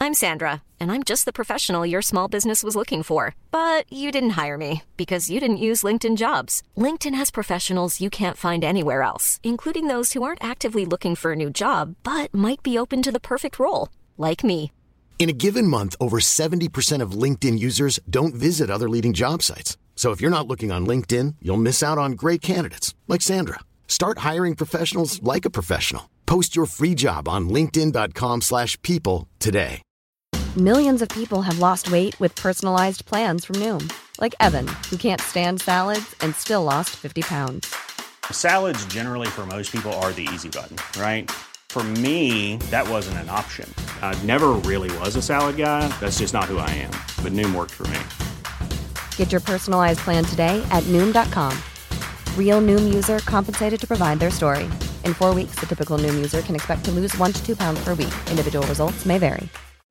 I'm Sandra, and I'm just the professional your small business was looking for. But you didn't hire me because you didn't use LinkedIn Jobs. LinkedIn has professionals you can't find anywhere else, including those who aren't actively looking for a new job, but might be open to the perfect role, like me. In a given month, over 70% of LinkedIn users don't visit other leading job sites. So if you're not looking on LinkedIn, you'll miss out on great candidates like Sandra. Start hiring professionals like a professional. Post your free job on linkedin.com/people today. Millions of people have lost weight with personalized plans from Noom. Like Evan, who can't stand salads and still lost 50 pounds. Salads generally for most people are the easy button, right? For me, that wasn't an option. I never really was a salad guy. That's just not who I am. But Noom worked for me. Get your personalized plan today at Noom.com. Real Noom user compensated to provide their story. In 4 weeks, the typical Noom user can expect to lose 1 to 2 pounds per week. Individual results may vary.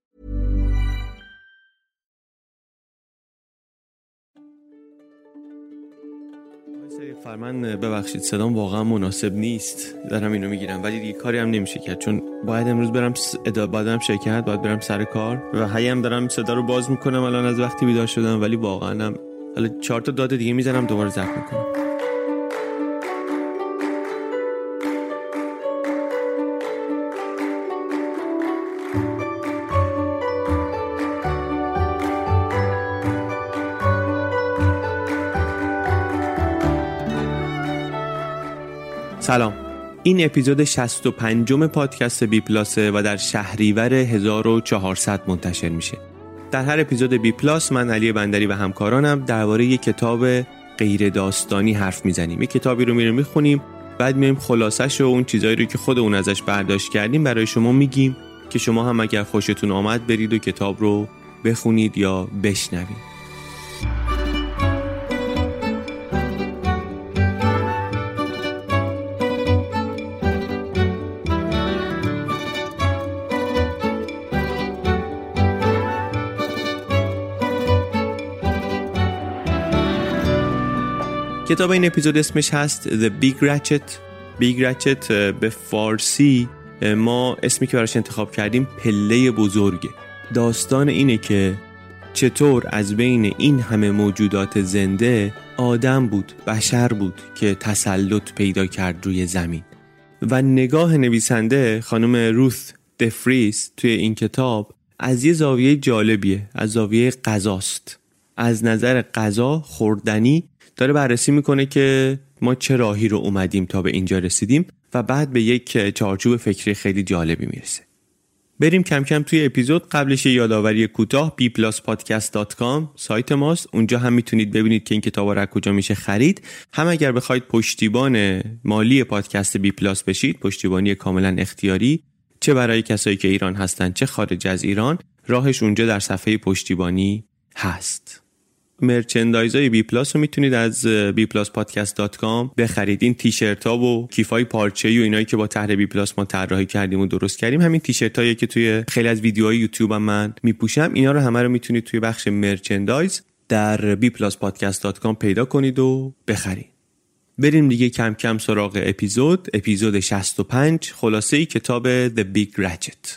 فرمان ببخشید صدام واقعا مناسب نیست، دارم اینو میگیرم، ولی دیگه کاری هم نمیشه کرد چون باید امروز برم بعدم شرکت، باید برم سر کار و هیم دارم صدا رو باز میکنم الان از وقتی بیدار شدم، ولی واقعا هم حالا 4 تا داد دیگه میزنم دوباره ضبط میکنم. سلام، این اپیزود 65 پادکست بی پلاسه و در شهریور 1400 منتشر میشه. در هر اپیزود بی پلاس من علی بندری و همکارانم درباره یک کتاب غیر داستانی حرف میزنیم. یک کتابی رو میخونیم، بعد میایم خلاصش و اون چیزایی رو که خودمون ازش برداشت کردیم برای شما میگیم که شما هم اگر خوشتون آمد برید و کتاب رو بخونید یا بشنوید. کتاب این اپیزود اسمش هست The Big Ratchet. Big Ratchet به فارسی ما اسمی که براش انتخاب کردیم پله بزرگه. داستان اینه که چطور از بین این همه موجودات زنده آدم بود، بشر بود که تسلط پیدا کرد روی زمین. و نگاه نویسنده خانم روث دفریس توی این کتاب از یه زاویه جالبیه، از زاویه غذاست. از نظر غذا خوردنی داره بررسی میکنه که ما چه راهی رو اومدیم تا به اینجا رسیدیم و بعد به یک چارچوب فکری خیلی جالبی میرسه. بریم کم کم توی اپیزود. قبلش یادآوری کوتاه bpluspodcast.com سایت ماست. اونجا هم میتونید ببینید که این کتابا رو کجا میشه خرید. هم اگر بخواید پشتیبان مالی پادکست بی پلاس بشید، پشتیبانی کاملا اختیاری، چه برای کسایی که ایران هستن چه خارج از ایران، راهش اونجا در صفحه پشتیبانی هست. مرچندایزای بی پلاس رو میتونید از bpluspodcast.com بخرید. این تیشرت ها و کیفای پارچه‌ای و اینایی که با طرح بی پلاس ما طراحی کردیم و درست کردیم، همین تیشرت هایی که توی خیلی از ویدیوهای یوتیوب هم من میپوشم، اینا رو همه رو میتونید توی بخش مرچندایز در bpluspodcast.com پیدا کنید و بخرید. بریم دیگه کم کم سراغ اپیزود 65 خلاصه کتاب The Big Ratchet.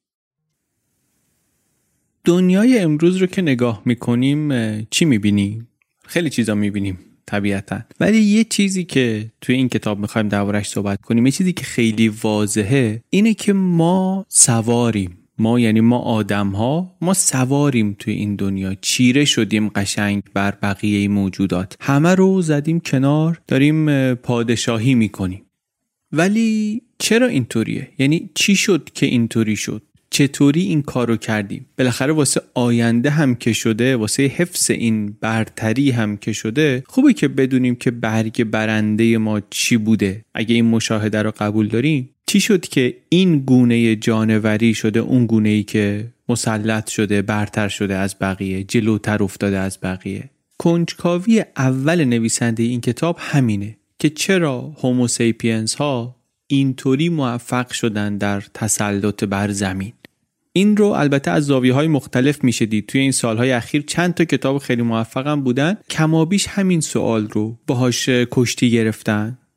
دنیای امروز رو که نگاه میکنیم چی میبینیم؟ خیلی چیزا میبینیم طبیعتا، ولی یه چیزی که توی این کتاب میخوایم دربارش صحبت کنیم، یه چیزی که خیلی واضحه، اینه که ما سواریم. ما یعنی ما آدم ها، ما سواریم توی این دنیا، چیره شدیم قشنگ بر بقیه موجودات، همه رو زدیم کنار، داریم پادشاهی میکنیم. ولی چرا اینطوریه؟ یعنی چی شد که اینطوری شد؟ چطوری این کارو کردیم؟ بالاخره واسه آینده هم که شده، واسه حفظ این برتری هم که شده، خوبه که بدونیم که برگ برنده ما چی بوده. اگه این مشاهده رو قبول داریم، چی شد که این گونه جانوری شده اون گونه‌ای که مسلط شده، برتر شده از بقیه، جلوتر افتاده از بقیه؟ کنجکاوی اول نویسنده این کتاب همینه که چرا هوموسیپینز ها اینطوری موفق شدن در تسلط بر زمین. این رو البته از زاویه‌های مختلف میشه دید. توی این سالهای اخیر چند تا کتاب خیلی موفقم بودن کمابیش همین سوال رو باهاش کشتی گرفتن.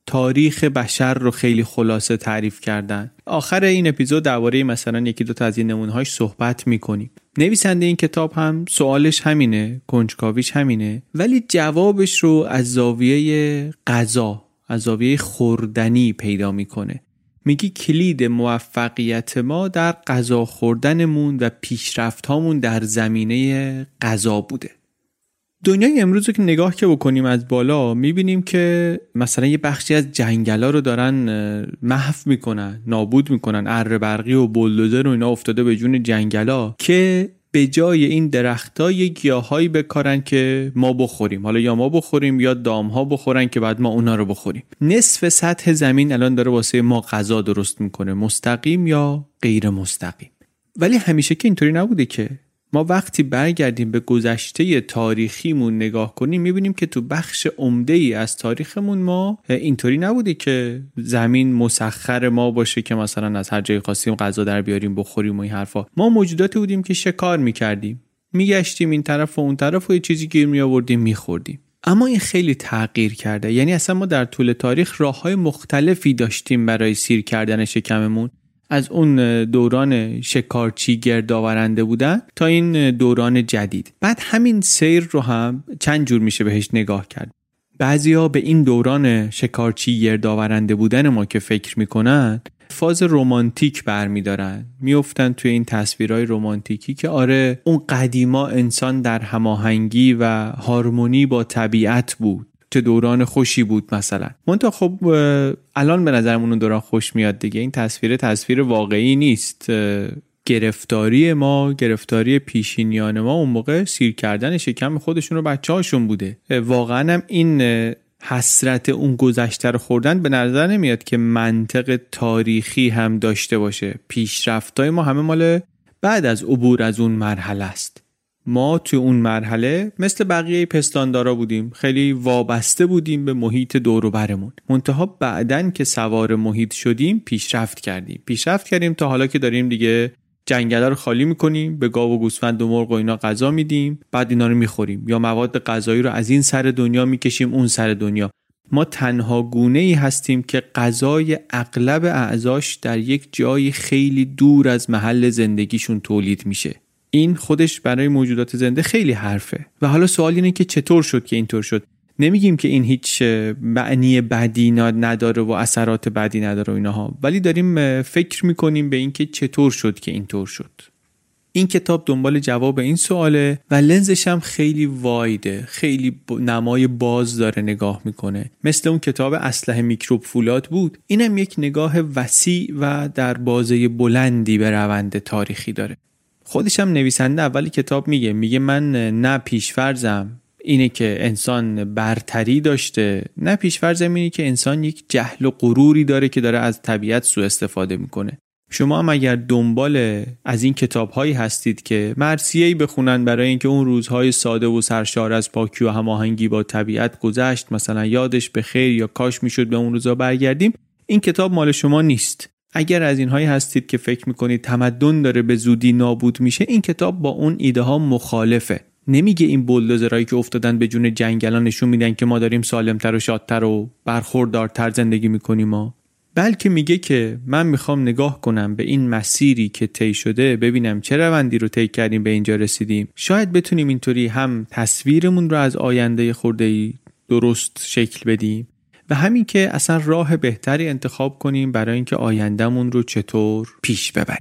تاریخ بشر رو خیلی خلاصه تعریف کردن. آخر این اپیزود درباره مثلا یکی دو تا از این نمونه‌هاش صحبت می‌کنیم. نویسنده این کتاب هم سوالش همینه، کنجکاویش همینه، ولی جوابش رو از زاویه غذا، از زاویه خوردنی پیدا می‌کنه. میگی کلید موفقیت ما در غذا خوردنمون و پیشرفت‌هامون در زمینه غذا بوده. دنیای امروز رو که نگاه که بکنیم از بالا میبینیم که مثلا یه بخشی از جنگلا رو دارن محو میکنن، نابود میکنن، اره برقی و بولدوزر و اینا افتاده به جون جنگلا که به جای این درخت‌ها یه گیاهایی بکارن که ما بخوریم، حالا یا ما بخوریم یا دام‌ها بخورن که بعد ما اونا رو بخوریم. نصف سطح زمین الان داره واسه ما غذا درست میکنه، مستقیم یا غیر مستقیم. ولی همیشه که اینطوری نبوده که. ما وقتی برگردیم به گذشته تاریخیمون نگاه کنیم میبینیم که تو بخش عمده‌ای از تاریخمون ما اینطوری نبوده که زمین مسخر ما باشه که مثلا از هر جای خواستیم غذا در بیاریم بخوریم و این حرفا. ما موجوداتی بودیم که شکار میکردیم، میگشتیم این طرف و اون طرف و یه چیزی گیر میآوردیم میخوردیم. اما این خیلی تغییر کرده. یعنی اصلا ما در طول تاریخ راه‌های مختلفی داشتیم برای سیر کردن شکممون، از اون دوران شکارچی گردآورنده بودن تا این دوران جدید. بعد همین سیر رو هم چند جور میشه بهش نگاه کرد. بعضیا به این دوران شکارچی گردآورنده بودن ما که فکر میکنن فاز رمانتیک برمیدارن، میافتن توی این تصویرهای رمانتیکی که آره اون قدیما انسان در هماهنگی و هارمونی با طبیعت بود، چه دوران خوشی بود مثلا. منتها خب الان به نظرمون اون دوران خوش میاد دیگه. این تصویر واقعی نیست. گرفتاری پیشینیان ما اون موقع سیر کردن شکم خودشون رو بچه‌هاشون بوده. واقعا هم این حسرت اون گذشته رو خوردن به نظر نمیاد که منطق تاریخی هم داشته باشه. پیشرفت‌های ما همه مال بعد از عبور از اون مرحله است. ما توی اون مرحله مثل بقیه پستاندارا بودیم، خیلی وابسته بودیم به محیط دور و برمون. منتها بعدن که سوار محیط شدیم پیشرفت کردیم تا حالا که داریم دیگه جنگلا رو خالی میکنیم، به گاو و گوسفند و مرغ و اینا غذا میدیم، بعد اینا رو میخوریم یا مواد غذایی رو از این سر دنیا میکشیم اون سر دنیا. ما تنها گونه‌ای هستیم که غذای اغلب اعضاش در یک جای خیلی دور از محل زندگیشون تولید میشه. این خودش برای موجودات زنده خیلی حرفه. و حالا سوال اینه که چطور شد که اینطور شد. نمیگیم که این هیچ معنی بدی نداره و اثرات بدی نداره و اینها، ولی داریم فکر میکنیم به این که چطور شد که اینطور شد. این کتاب دنبال جواب این سواله و لنزش هم خیلی وایده، خیلی نمای باز داره نگاه میکنه. مثل اون کتاب اسلحه میکروب فولاد بود، اینم یک نگاه وسیع و در بازه بلندی به روند تاریخی داره. خودش هم نویسنده اولی کتاب میگه من نه پیشفرضم اینه که انسان برتری داشته، نه پیشفرضم اینه که انسان یک جهل و غروری داره که داره از طبیعت سوء استفاده میکنه. شما هم اگر دنبال از این کتاب‌هایی هستید که مرثیه‌ای بخونن برای اینکه اون روزهای ساده و سرشار از پاکی و هماهنگی با طبیعت گذشت، مثلا یادش به خیر یا کاش میشد به اون روزا برگردیم، این کتاب مال شما نیست. اگر از اینهایی هستید که فکر میکنید تمدن داره به زودی نابود میشه، این کتاب با اون ایده ها مخالفه. نمیگه این بولدوزرایی که افتادن به جون جنگلا نشون میدن که ما داریم سالمتر و شادتر و برخوردارتر زندگی میکنیم ما، بلکه میگه که من میخوام نگاه کنم به این مسیری که طی شده، ببینم چه روندی رو طی کردیم به اینجا رسیدیم. شاید بتونیم اینطوری هم تصویرمون رو از آینده خورده‌ای درست شکل بدیم و همین که اصلا راه بهتری انتخاب کنیم برای اینکه آیندهمون رو چطور پیش ببریم.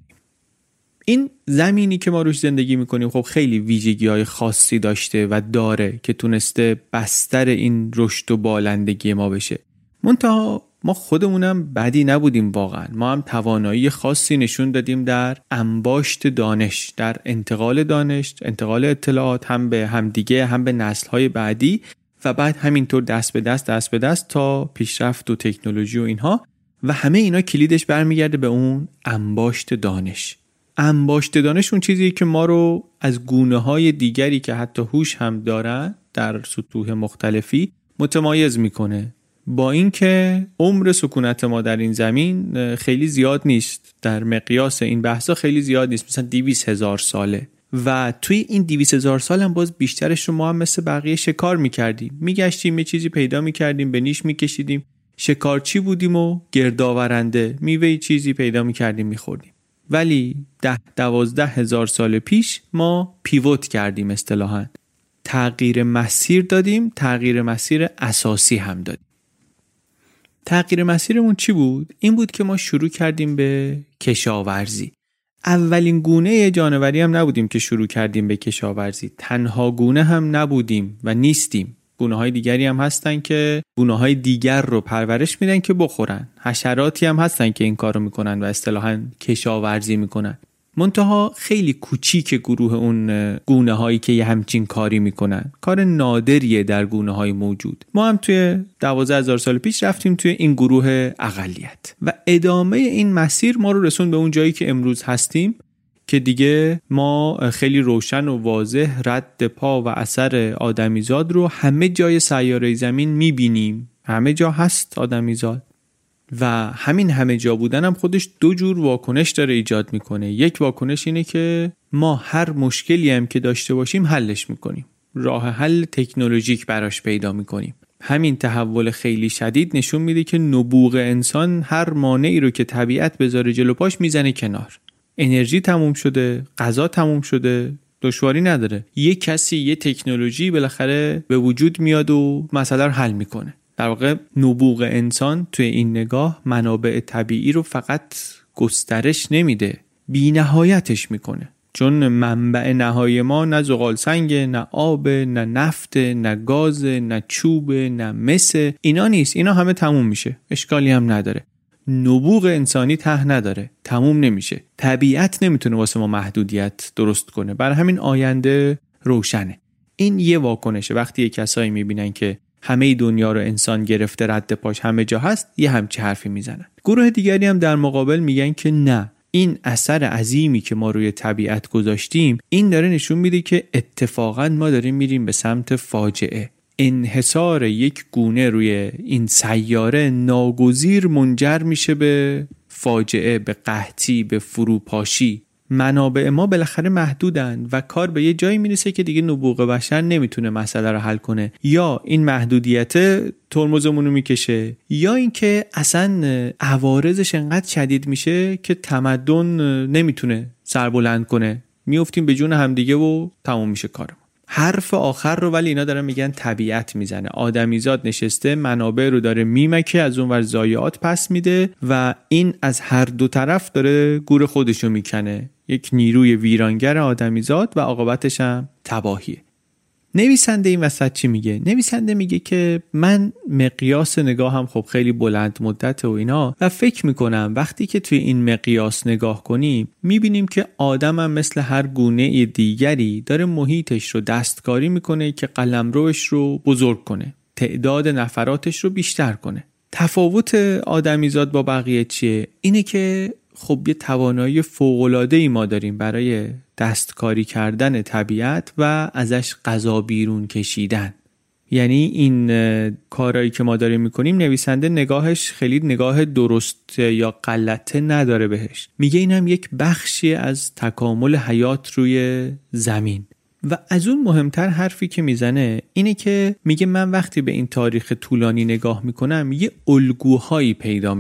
این زمینی که ما روش زندگی میکنیم خب خیلی ویژگی‌های خاصی داشته و داره که تونسته بستر این رشد و بالندگی ما بشه. منتها ما خودمونم بدی نبودیم واقعا. ما هم توانایی خاصی نشون دادیم در انباشت دانش، در انتقال دانش، انتقال اطلاعات، هم به همدیگه هم به نسل‌های بعدی و بعد همینطور دست به دست تا پیشرفت و تکنولوژی و اینها. و همه اینا کلیدش برمیگرده به اون انباشت دانش. انباشت دانش اون چیزی که ما رو از گونه‌های دیگری که حتی هوش هم دارن در سطوح مختلفی متمایز میکنه. با اینکه عمر سکونت ما در این زمین خیلی زیاد نیست، در مقیاس این بحثا خیلی زیاد نیست، مثلا 200,000 ساله و توی این 200,000 سال هم باز بیشترش رو ما هم مثل بقیه شکار میکردیم، میگشتیم یه چیزی پیدا میکردیم، به نیش میکشیدیم، شکارچی بودیم و گردآورنده میوه چیزی پیدا میکردیم میخوردیم. ولی 10-12 هزار سال پیش ما پیوت کردیم، اصطلاحاً تغییر مسیر دادیم، تغییر مسیر اساسی هم دادیم. تغییر مسیرمون چی بود؟ این بود که ما شروع کردیم به کشاورزی. اولین گونه جانوری هم نبودیم که شروع کردیم به کشاورزی، تنها گونه هم نبودیم و نیستیم. گونه‌های دیگری هم هستن که گونه‌های دیگر رو پرورش میدن که بخورن. حشراتی هم هستن که این کارو میکنن و اصطلاحاً کشاورزی میکنن. منتها خیلی کوچیک گروه اون گونه‌هایی که یه همچین کاری میکنن. کار نادریه در گونه‌های موجود. ما هم توی 12,000 سال پیش رفتیم توی این گروه اقلیت و ادامه این مسیر ما رو رسون به اون جایی که امروز هستیم که دیگه ما خیلی روشن و واضح رد پا و اثر آدمیزاد رو همه جای سیاره زمین میبینیم. همه جا هست آدمیزاد و همین همه جا بودن هم خودش دو جور واکنش داره ایجاد میکنه. یک واکنش اینه که ما هر مشکلی هم که داشته باشیم حلش میکنیم، راه حل تکنولوژیک براش پیدا میکنیم. همین تحول خیلی شدید نشون میده که نبوغ انسان هر مانعی رو که طبیعت بذاره جلو پاش میزنه کنار. انرژی تموم شده، غذا تموم شده، دشواری نداره. یه کسی یه تکنولوژی بالاخره به وجود میاد و مسئله رو حل میکنه. در واقع نبوغ انسان توی این نگاه منابع طبیعی رو فقط گسترش نمیده، بی نهایتش میکنه. چون منبع نهایی ما نه زغال سنگ، نه آب، نه نفت، نه گاز، نه چوب، نه مس، اینا نیست. اینا همه تموم میشه، اشکالی هم نداره. نبوغ انسانی ته نداره، تموم نمیشه. طبیعت نمیتونه واسه ما محدودیت درست کنه، برای همین آینده روشنه. این یه واکنشه. وقتی یه کسایی میبینن که همه دنیا رو انسان گرفته، رد پاش همه جا هست، یه همچه حرفی میزنن. گروه دیگری هم در مقابل میگن که نه، این اثر عظیمی که ما روی طبیعت گذاشتیم این داره نشون میده که اتفاقا ما داریم میریم به سمت فاجعه. انحصار یک گونه روی این سیاره ناگزیر منجر میشه به فاجعه، به قحطی، به فروپاشی. منابع ما بالاخره محدودن و کار به یه جایی میرسه که دیگه نبوغ بشر نمیتونه مسئله رو حل کنه. یا این محدودیت ترمزمون رو میکشه، یا اینکه اصلا عوارضش انقدر شدید میشه که تمدن نمیتونه سربلند کنه، میافتیم به جون همدیگه و تموم میشه کارمون. حرف آخر رو ولی اینا دارن میگن طبیعت میزنه. آدمیزاد نشسته منابع رو داره میمکه، از اون ور ضایعات پس میده و این از هر دو طرف داره گور خودشو میکنه. یک نیروی ویرانگر آدمیزاد و عاقبتش هم تباهیه. نویسنده این وسط چی میگه؟ نویسنده میگه که من مقیاس نگاهم خب خیلی بلند مدت و اینا و فکر میکنم وقتی که توی این مقیاس نگاه کنیم میبینیم که آدم هم مثل هر گونه دیگری داره محیطش رو دستکاری میکنه که قلمروش رو بزرگ کنه، تعداد نفراتش رو بیشتر کنه. تفاوت آدمیزاد با بقیه چیه؟ اینه که خب یه توانایی فوق‌العاده‌ای ما داریم برای دستکاری کردن طبیعت و ازش غذا بیرون کشیدن. یعنی این کارهایی که ما داریم میکنیم نویسنده نگاهش خیلی نگاه درست یا غلطه نداره بهش. میگه این هم یک بخشی از تکامل حیات روی زمین. و از اون مهمتر حرفی که میزنه اینه که میگه من وقتی به این تاریخ طولانی نگاه میکنم یه الگوهایی پیدا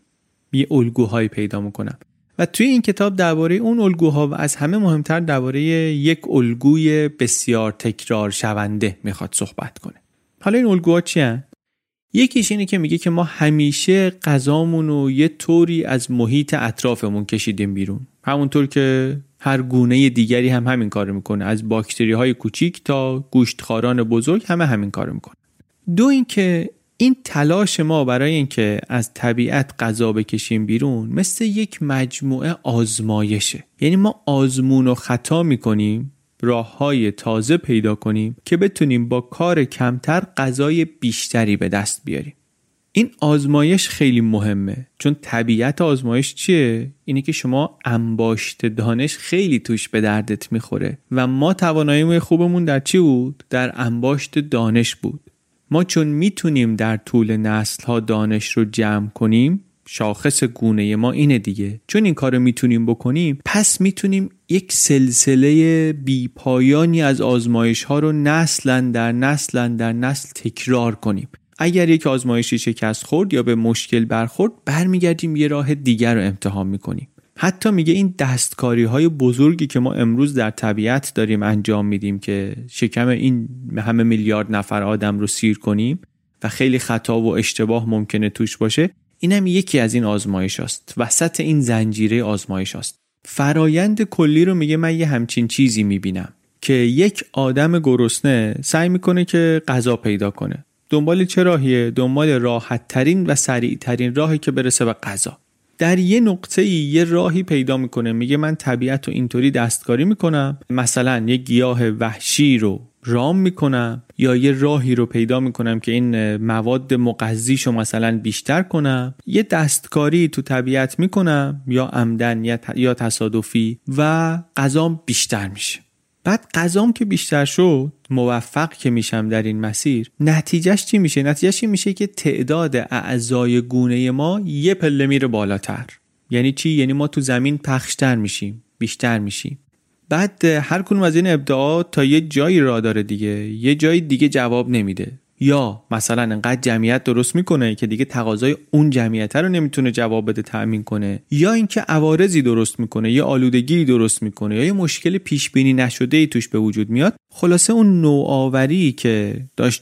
میکنم و توی این کتاب درباره اون الگوها و از همه مهمتر درباره یک الگوی بسیار تکرار شونده میخواد صحبت کنه. حالا این الگوها چی هست؟ یکیش اینه که میگه که ما همیشه غذامون رو یه طوری از محیط اطرافمون کشیدیم بیرون، همونطور که هر گونه دیگری هم همین کارو میکنه، از باکتری های کوچیک تا گوشتخواران بزرگ همه همین کارو میکنه. دو این که این تلاش ما برای اینکه از طبیعت غذا بکشیم بیرون مثل یک مجموعه آزمایشه. یعنی ما آزمون و خطا میکنیم، راههای تازه پیدا کنیم که بتونیم با کار کمتر غذای بیشتری به دست بیاریم. این آزمایش خیلی مهمه، چون طبیعت آزمایش چیه؟ اینه که شما انباشت دانش خیلی توش به دردت میخوره و ما توانایی خوبمون در چی بود؟ در انباشت دانش بود. ما چون میتونیم در طول نسل‌ها دانش رو جمع کنیم، شاخص گونه ما اینه دیگه، چون این کار رو میتونیم بکنیم پس میتونیم یک سلسله بی پایانی از آزمایش ها رو نسل در نسل تکرار کنیم. اگر یک آزمایشی شکست خورد یا به مشکل برخورد، برمیگردیم یه راه دیگر رو امتحان میکنیم. حتی میگه این دستکاری‌های بزرگی که ما امروز در طبیعت داریم انجام میدیم که شکم این همه میلیارد نفر آدم رو سیر کنیم و خیلی خطا و اشتباه ممکنه توش باشه، اینم یکی از این آزمایش است. وسط این زنجیره آزمایش است. فرایند کلی رو میگه من یه همچین چیزی میبینم که یک آدم گرسنه سعی میکنه که غذا پیدا کنه. دنبال چه راهیه؟ دنبال راحت ترین و سریع ترین راهی که برسه به غذا. در یه نقطه‌ای یه راهی پیدا میکنه، میگه من طبیعت رو اینطوری دستکاری میکنم، مثلا یه گیاه وحشی رو رام میکنم یا یه راهی رو پیدا میکنم که این مواد مغذیشو مثلا بیشتر کنم، یه دستکاری تو طبیعت میکنم یا عمدن یا تصادفی و غذام بیشتر میشه. بعد غذام که بیشتر شد، موفق که میشم در این مسیر، نتیجهش چی میشه؟ نتیجهش این میشه که تعداد اعضای گونه ما یه پله میره بالاتر. یعنی چی؟ یعنی ما تو زمین پخشتر میشیم، بیشتر میشیم. بعد هر کدوم از این ابداعات تا یه جایی راه داره دیگه، یه جایی دیگه جواب نمیده، یا مثلا انقدر جمعیت درست میکنه که دیگه تقاضای اون جمعیت رو نمیتونه جواب بده، تأمین کنه، یا اینکه عوارضی درست میکنه، یا آلودگی درست میکنه، یا یه مشکل پیش بینی نشده‌ای توش به وجود میاد. خلاصه اون نوآوری که داشت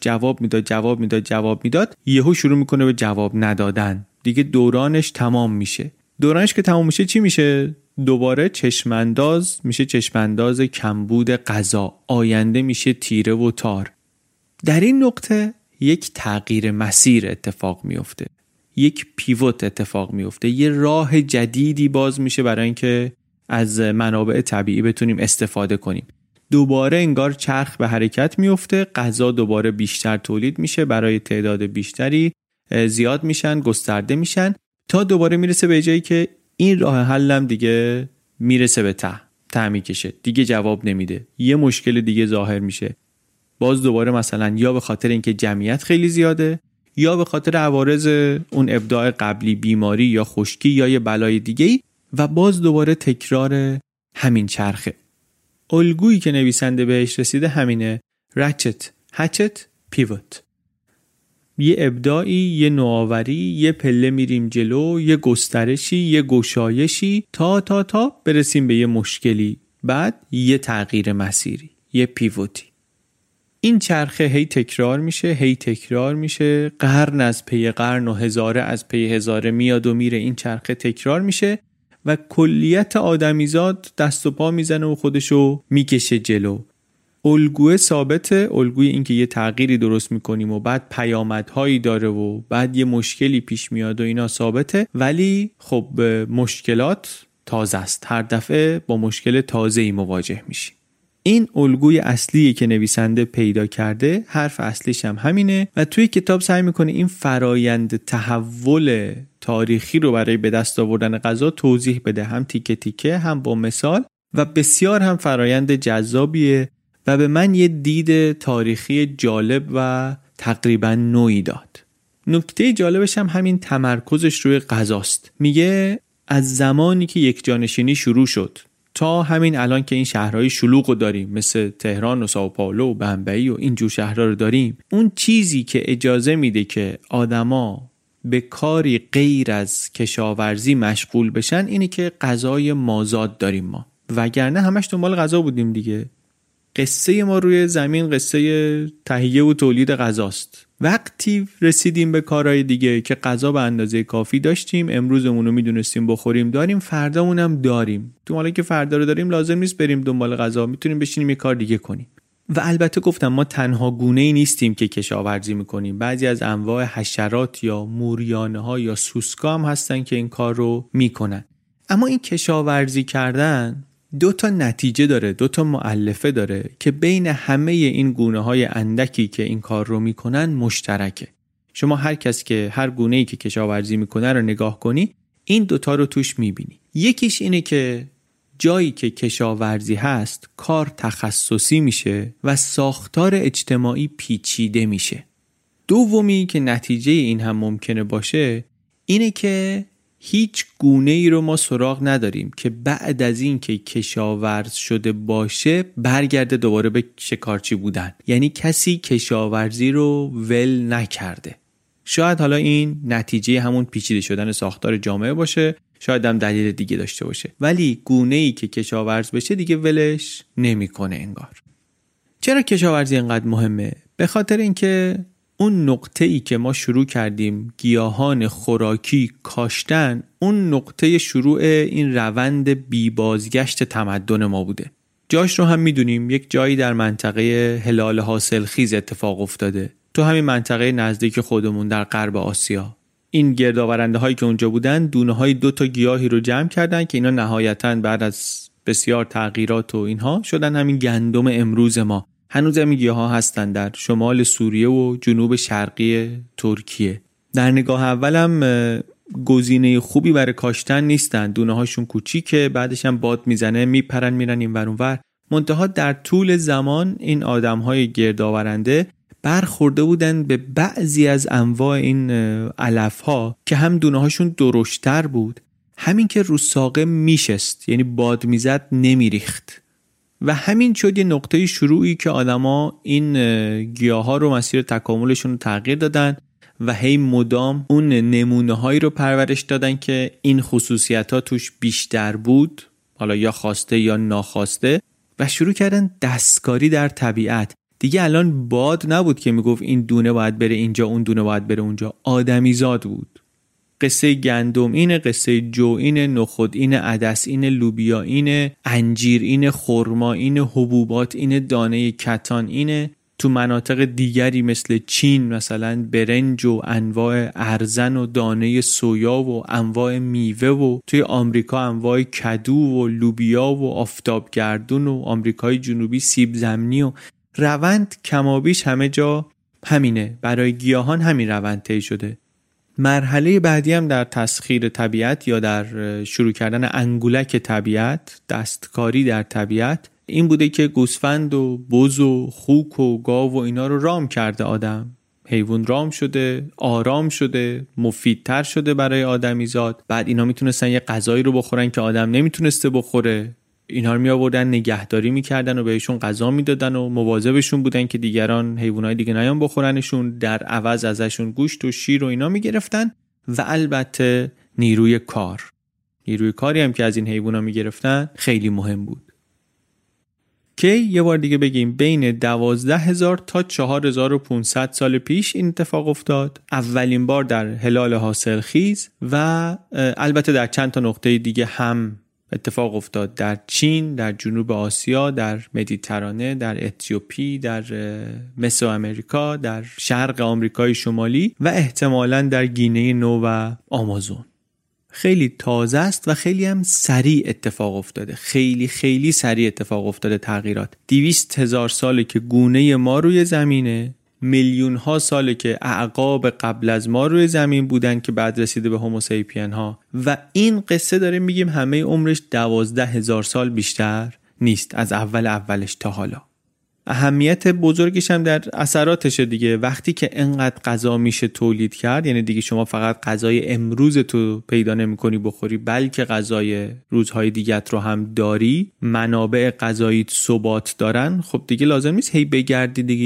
جواب میداد یهو شروع میکنه به جواب ندادن. دیگه دورانش تمام میشه. دورانش که تمام میشه چی میشه؟ دوباره چشمانداز میشه، چشمانداز کمبود غذا. آینده میشه تیره و تار. در این نقطه یک تغییر مسیر اتفاق میفته، یک پیوت اتفاق میفته، یه راه جدیدی باز میشه برای اینکه از منابع طبیعی بتونیم استفاده کنیم. دوباره انگار چرخ به حرکت میفته، غذا دوباره بیشتر تولید میشه، برای تعداد بیشتری زیاد میشن، گسترده میشن، تا دوباره میرسه به جایی که این راه حلم دیگه میرسه به ته میکشه، دیگه جواب نمیده، یه مشکل دیگه ظاهر میشه. باز دوباره مثلا یا به خاطر اینکه جمعیت خیلی زیاده، یا به خاطر عوارض اون ابداع قبلی، بیماری یا خشکی یا یه بلای دیگه‌ای، و باز دوباره تکرار همین چرخه. الگویی که نویسنده بهش رسیده همینه: رچت، هچت، پیوت. یه ابداعی، یه نوآوری، یه پله میریم جلو، یه گسترشی، یه گشایشی، تا برسیم به یه مشکلی، بعد یه تغییر مسیری، یه پیوتی. این چرخه هی تکرار میشه، قرن از پی قرن و هزاره از پی هزاره میاد و میره. این چرخه تکرار میشه و کلیت آدمیزاد دست و پا میزنه و خودشو میکشه جلو. الگوی ثابته، الگوی این که یه تغییری درست میکنیم و بعد پیامدهایی داره و بعد یه مشکلی پیش میاد و اینا ثابته، ولی خب مشکلات تازه است. هر دفعه با مشکل تازه‌ای مواجه میشیم. این الگوی اصلیه که نویسنده پیدا کرده، حرف اصلیش هم همینه و توی کتاب سعی میکنه این فرایند تحول تاریخی رو برای به دست آوردن غذا توضیح بده، هم تیکه تیکه، هم با مثال، و بسیار هم فرایند جذابیه و به من یه دید تاریخی جالب و تقریبا نوعی داد. نکته جالبش هم همین تمرکزش روی غذاست. میگه از زمانی که یک جانشینی شروع شد تا همین الان که این شهرهای شلوغ رو داریم، مثل تهران و سائوپائولو و بمبئی و اینجور شهرها رو داریم، اون چیزی که اجازه میده که آدما به کاری غیر از کشاورزی مشغول بشن اینه که غذای مازاد داریم ما، وگرنه همش دنبال غذا بودیم دیگه. قصه ما روی زمین قصه تهیه و تولید غذاست. وقتی رسیدیم به کارهای دیگه که غذا به اندازه کافی داشتیم، امروزمون رو میدونستیم بخوریم، داریم، فردامون هم داریم، تو حالا که فردا رو داریم لازم نیست بریم دنبال غذا، میتونیم بشینیم یه کار دیگه کنیم. و البته گفتم ما تنها گونه‌ای نیستیم که کشاورزی میکنیم، بعضی از انواع حشرات یا موریانه ها یا سوسکا هم هستن که این کار رو میکنن. اما این کشاورزی کردن دو تا نتیجه داره، دو تا مؤلفه داره که بین همه این گونه های اندکی که این کار رو میکنن مشترکه. شما هر کس که هر گونه‌ای که کشاورزی میکنه رو نگاه کنی، این دوتا رو توش میبینی. یکیش اینه که جایی که کشاورزی هست کار تخصصی میشه و ساختار اجتماعی پیچیده میشه. دومی که نتیجه این هم ممکنه باشه اینه که هیچ گونه ای رو ما سراغ نداریم که بعد از این که کشاورز شده باشه برگرده دوباره به شکارچی بودن. یعنی کسی کشاورزی رو ول نکرده. شاید حالا این نتیجه همون پیچیده شدن ساختار جامعه باشه، شاید هم دلیل دیگه داشته باشه، ولی گونه‌ای که کشاورز بشه دیگه ولش نمی‌کنه انگار. چرا کشاورزی اینقدر مهمه؟ به خاطر اینکه اون نقطه‌ای که ما شروع کردیم گیاهان خوراکی کاشتن، اون نقطه شروع این روند بی بازگشت تمدن ما بوده. جاش رو هم میدونیم، یک جایی در منطقه هلال حاصلخیز اتفاق افتاده، تو همین منطقه نزدیک خودمون در غرب آسیا. این گردآورنده هایی که اونجا بودن دونه های 2 گیاهی رو جمع کردن که اینا نهایتاً بعد از بسیار تغییرات و اینها شدن همین گندم امروز ما. هنوز هم گیاه ها هستن در شمال سوریه و جنوب شرقی ترکیه. در نگاه اولم گزینه خوبی برای کاشتن نیستن، دونه هاشون کوچیکه، بعدش هم باد میزنه میپرن میرن این ور اون ور. منتها در طول زمان این آدم های گردآورنده برخورده بودن به بعضی از انواع این علف ها که هم دونه هاشون درشتر بود، همین که رو ساقه میشست، یعنی باد میزد نمیریخت. و همین شد یه نقطه شروعی که آدما این گیاه ها رو مسیر تکاملشون رو تغییر دادن و هی مدام اون نمونه هایی رو پرورش دادن که این خصوصیت ها توش بیشتر بود، حالا یا خواسته یا ناخواسته، و شروع کردن دستکاری در طبیعت. دیگه الان باد نبود که میگفت این دونه باید بره اینجا، اون دونه باید بره اونجا، آدمیزاد بود. قصه گندم اینه، قصه جو اینه، نخود اینه، عدس اینه، لوبیا اینه، انجیر اینه، خرما اینه، حبوبات اینه، دانه کتان اینه. تو مناطق دیگری مثل چین مثلا برنج و انواع ارزن و دانه سویا و انواع میوه، و توی آمریکا انواع کدو و لوبیا و آفتابگردون و آمریکای جنوبی سیب زمینی. و روند کمابیش همه جا همینه، برای گیاهان همین روند طی شده. مرحله بعدی هم در تسخیر طبیعت یا در شروع کردن انگولک طبیعت، دستکاری در طبیعت، این بوده که گوسفند و بز و خوک و گاو و اینا رو رام کرده آدم. حیوان رام شده، آرام شده، مفیدتر شده برای آدمیزاد. بعد اینا میتونستن یه غذایی رو بخورن که آدم نمیتونسته بخوره. اینا رو می آوردن نگهداری میکردن و بهشون غذا میدادن و مواظبشون بودن که دیگران حیوانای دیگه نیان بخورنشون، در عوض ازشون گوشت و شیر و اینا میگرفتن. و البته نیروی کاری هم که از این حیونا میگرفتن خیلی مهم بود. که یه بار دیگه بگیم بین 12,000 تا 4,500 سال پیش این اتفاق افتاد. اولین بار در هلال حاصلخیز و البته در چند تا نقطه دیگه هم اتفاق افتاد، در چین، در جنوب آسیا، در مدیترانه، در اتیوپی، در مسوآمریکا، در شرق آمریکای شمالی و احتمالاً در گینه نو و آمازون. خیلی تازه است و خیلی هم سریع اتفاق افتاده، خیلی سریع اتفاق افتاده تغییرات. 200,000 ساله که گونه ما روی زمینه، میلیون ها ساله که اعقاب قبل از ما روی زمین بودن که بعد رسیده به هوموسیپین ها، و این قصه داریم میگیم همه عمرش 12,000 سال بیشتر نیست از اولش تا حالا. اهمیت بزرگش هم در اثراتشه دیگه. وقتی که انقدر غذا میشه تولید کرد، یعنی دیگه شما فقط غذای امروز تو پیدا نمی‌کنی بخوری، بلکه غذای روزهای دیگت رو هم داری، منابع غذایی ثبات دارن، خب دیگه لازم نیست هی بگردی دیگه،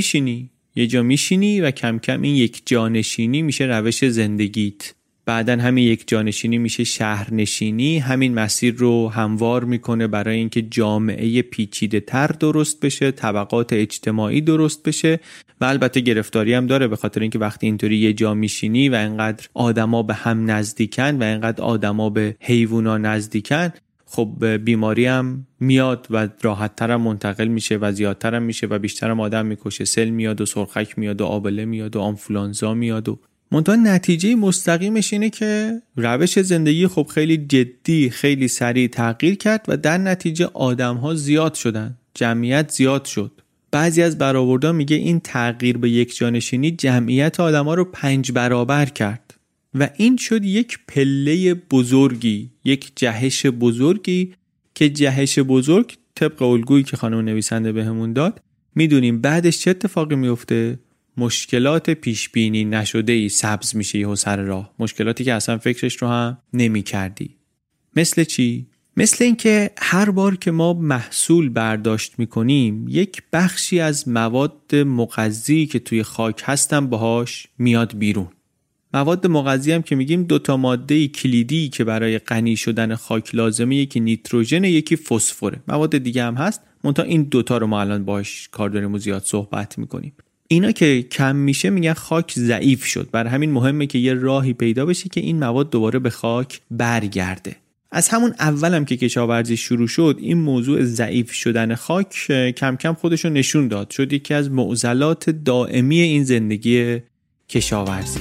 یه جا میشینی و کم کم این یک جانشینی میشه روش زندگیت. بعدن همین یک جانشینی میشه شهرنشینی. همین مسیر رو هموار میکنه برای اینکه جامعه پیچیده تر درست بشه، طبقات اجتماعی درست بشه. و البته گرفتاری هم داره، به خاطر اینکه وقتی اینطوری یه جا میشینی و اینقدر آدما به هم نزدیکن و اینقدر آدما به حیوونا نزدیکن، خب بیماری هم میاد و راحت‌تر هم منتقل میشه و زیادتر هم میشه و بیشتر هم آدم میکشه. سل میاد و سرخک میاد و آبله میاد و آنفولانزا میاد و منتها نتیجه مستقیمش اینه که روش زندگی خب خیلی جدی، خیلی سریع تغییر کرد و در نتیجه آدم‌ها زیاد شدن، جمعیت زیاد شد. بعضی از برآوردان میگه این تغییر به یک جانشینی جمعیت آدم‌ها رو 5 برابر کرد و این شد یک پله بزرگی، یک جهش بزرگی که جهش بزرگ طبق الگویی که خانم نویسنده بهمون داد میدونیم بعدش چه اتفاقی میفته. مشکلات پیش بینی نشده‌ای سبز میشه یهو سر راه، مشکلاتی که اصلا فکرش رو هم نمی کردی. مثل چی؟ مثل اینکه هر بار که ما محصول برداشت میکنیم یک بخشی از مواد مغذی که توی خاک هستن باهاش میاد بیرون. مواد مغذی هم که میگیم 2 ماده کلیدی که برای غنی شدن خاک لازمه، یکی نیتروژن یکی فسفره. مواد دیگه هم هست، منتها این 2 رو ما الان باهاش کار داریم و زیاد صحبت میکنیم. اینا که کم میشه میگن خاک ضعیف شد. برای همین مهمه که یه راهی پیدا بشه که این مواد دوباره به خاک برگرده. از همون اولم که کشاورزی شروع شد این موضوع ضعیف شدن خاک کم کم خودشو نشون داد، شد یکی از معضلات دائمی این زندگی کشاورزی.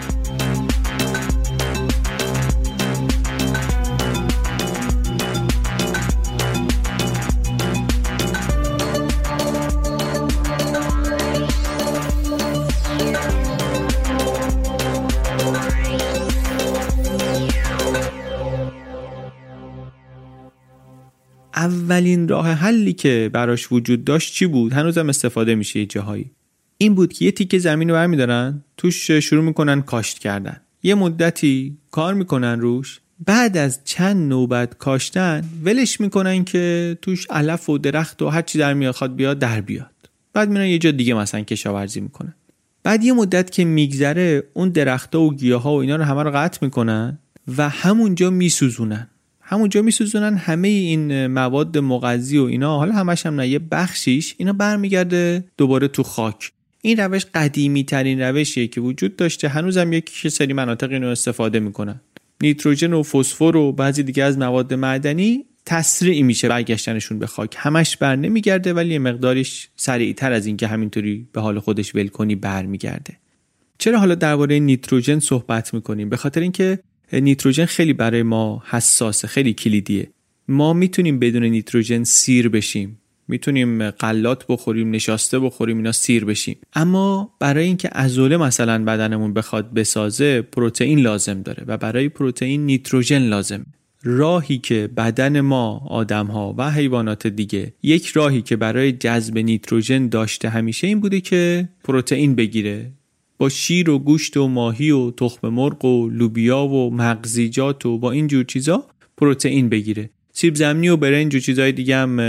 اولین راه حلی که براش وجود داشت چی بود؟ هنوزم استفاده میشه یه جاهایی. این بود که یه تیکه زمین رو برمیدارن، توش شروع میکنن کاشت کردن. یه مدتی کار میکنن روش، بعد از چند نوبت کاشتن ولش میکنن که توش علف و درخت و هر چی در میاد بیاد در بیاد. بعد میرن یه جا دیگه مثلا کشاورزی میکنن. بعد یه مدت که میگذره اون درخت‌ها و گیاها و اینا رو همه رو قطع میکنن و همونجا میسوزونن. همه این مواد مغذی و اینا، حالا همش هم نه، یه بخشیش اینا برمیگرده دوباره تو خاک. این روش قدیمی ترین روشیه که وجود داشته، هنوزم یک سری مناطق اینو استفاده میکنن. نیتروژن و فسفر و بعضی دیگه از مواد معدنی تسریع میشه برگشتنشون به خاک. همش بر نمیگرده ولی یه مقدارش سریعتر از این که همینطوری به حال خودش ول کنی برمیگرده. چرا حالا درباره نیتروژن صحبت میکنیم؟ به خاطر اینکه نیتروژن خیلی برای ما حساسه، خیلی کلیدیه. ما میتونیم بدون نیتروژن سیر بشیم، میتونیم غلات بخوریم، نشاسته بخوریم، اینا سیر بشیم. اما برای اینکه عضله مثلا بدنمون بخواد بسازه پروتئین لازم داره و برای پروتئین نیتروژن لازم. راهی که بدن ما، آدم‌ها و حیوانات دیگه، یک راهی که برای جذب نیتروژن داشته همیشه این بوده که پروتئین بگیره. با شیر و گوشت و ماهی و تخم مرغ و لوبیا و مغزیجات و با این جور چیزا پروتئین بگیره. سیب زمینی و برنج و چیزای دیگه هم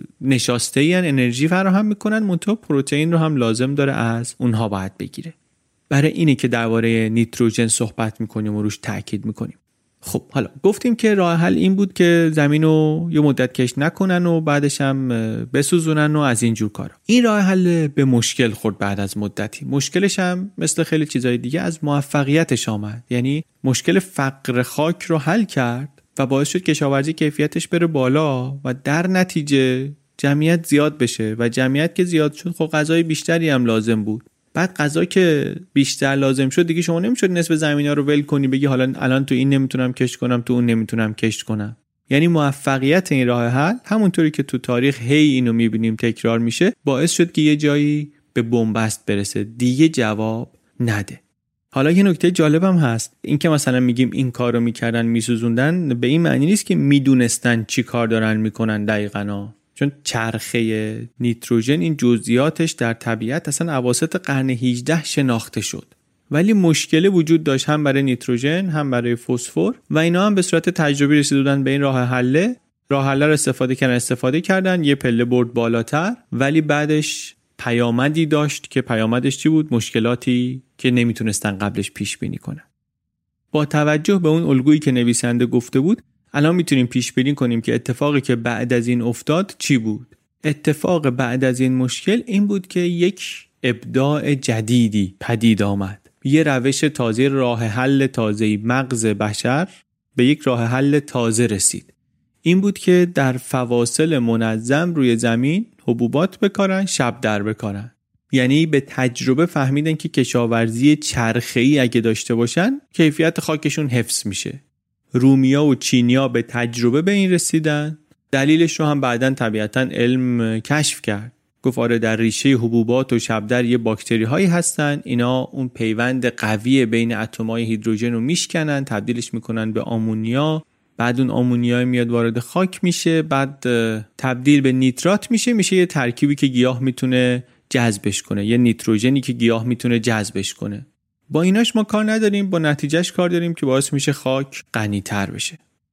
نشاسته این انرژی فراهم میکنن، منتها پروتئین رو هم لازم داره از اونها باید بگیره. برای اینه که درباره نیتروژن صحبت میکنیم و روش تاکید میکنیم. خب حالا گفتیم که راه حل این بود که زمینو یه مدت کش نکنن و بعدش هم بسوزونن و از این جور کارا. این راه حل به مشکل خورد بعد از مدتی. مشکلش هم مثل خیلی چیزای دیگه از موفقیتش آمد. یعنی مشکل فقر خاک رو حل کرد و باعث شد کشاورزی کیفیتش بره بالا و در نتیجه جمعیت زیاد بشه و جمعیت که زیاد شد خب غذای بیشتری هم لازم بود. بعد غذا که بیشتر لازم شد دیگه شما نمیشد نصف زمینا رو ول کنی بگی حالا الان تو این نمیتونم کشت کنم تو اون نمیتونم کشت کنم. یعنی موفقیت این راه حل همونطوری که تو تاریخ هی اینو میبینیم تکرار میشه، باعث شد که یه جایی به بنبست برسه، دیگه جواب نده. حالا یه نکته جالبم هست، این که مثلا میگیم این کارو میکردن میسوزوندن به این معنی نیست که میدونستن چی کار دارن میکنن دقیقاً. چون چرخه نیتروژن این جزئیاتش در طبیعت اصلا اواسط قرن 18 شناخته شد، ولی مشکل وجود داشت هم برای نیتروژن هم برای فسفر و اینا هم به صورت تجربی رسیدن به این راه حل رو استفاده کردن یه پله برد بالاتر، ولی بعدش پیامدی داشت که پیامدش چی بود؟ مشکلاتی که نمیتونستن قبلش پیش بینی کنن. با توجه به اون الگویی که نویسنده گفته بود الان میتونیم پیش بینی کنیم که اتفاقی که بعد از این افتاد چی بود. اتفاق بعد از این مشکل این بود که یک ابداع جدیدی پدید آمد، یه روش تازه، راه حل تازه‌ای. مغز بشر به یک راه حل تازه رسید. این بود که در فواصل منظم روی زمین حبوبات بکارن، شب در بکارن. یعنی به تجربه فهمیدن که کشاورزی چرخه‌ای اگه داشته باشن کیفیت خاکشون حفظ میشه. رومیا و چینیا به تجربه به این رسیدن. دلیلش رو هم بعداً طبیعتاً علم کشف کرد. گفت آره در ریشه حبوبات و شبدر یه باکتری هایی هستن، اینا اون پیوند قوی بین اتم‌های هیدروژن رو میشکنن، تبدیلش میکنن به آمونیا، بعد اون آمونیا میاد وارد خاک میشه، بعد تبدیل به نیترات میشه یه ترکیبی که گیاه میتونه جذبش کنه، یه نیتروژنی که گیاه میتونه جذبش کنه. با ایناش ما کار نداریم، با نتیجهش کار داریم که باعث میشه خاک غنی‌تر بشه.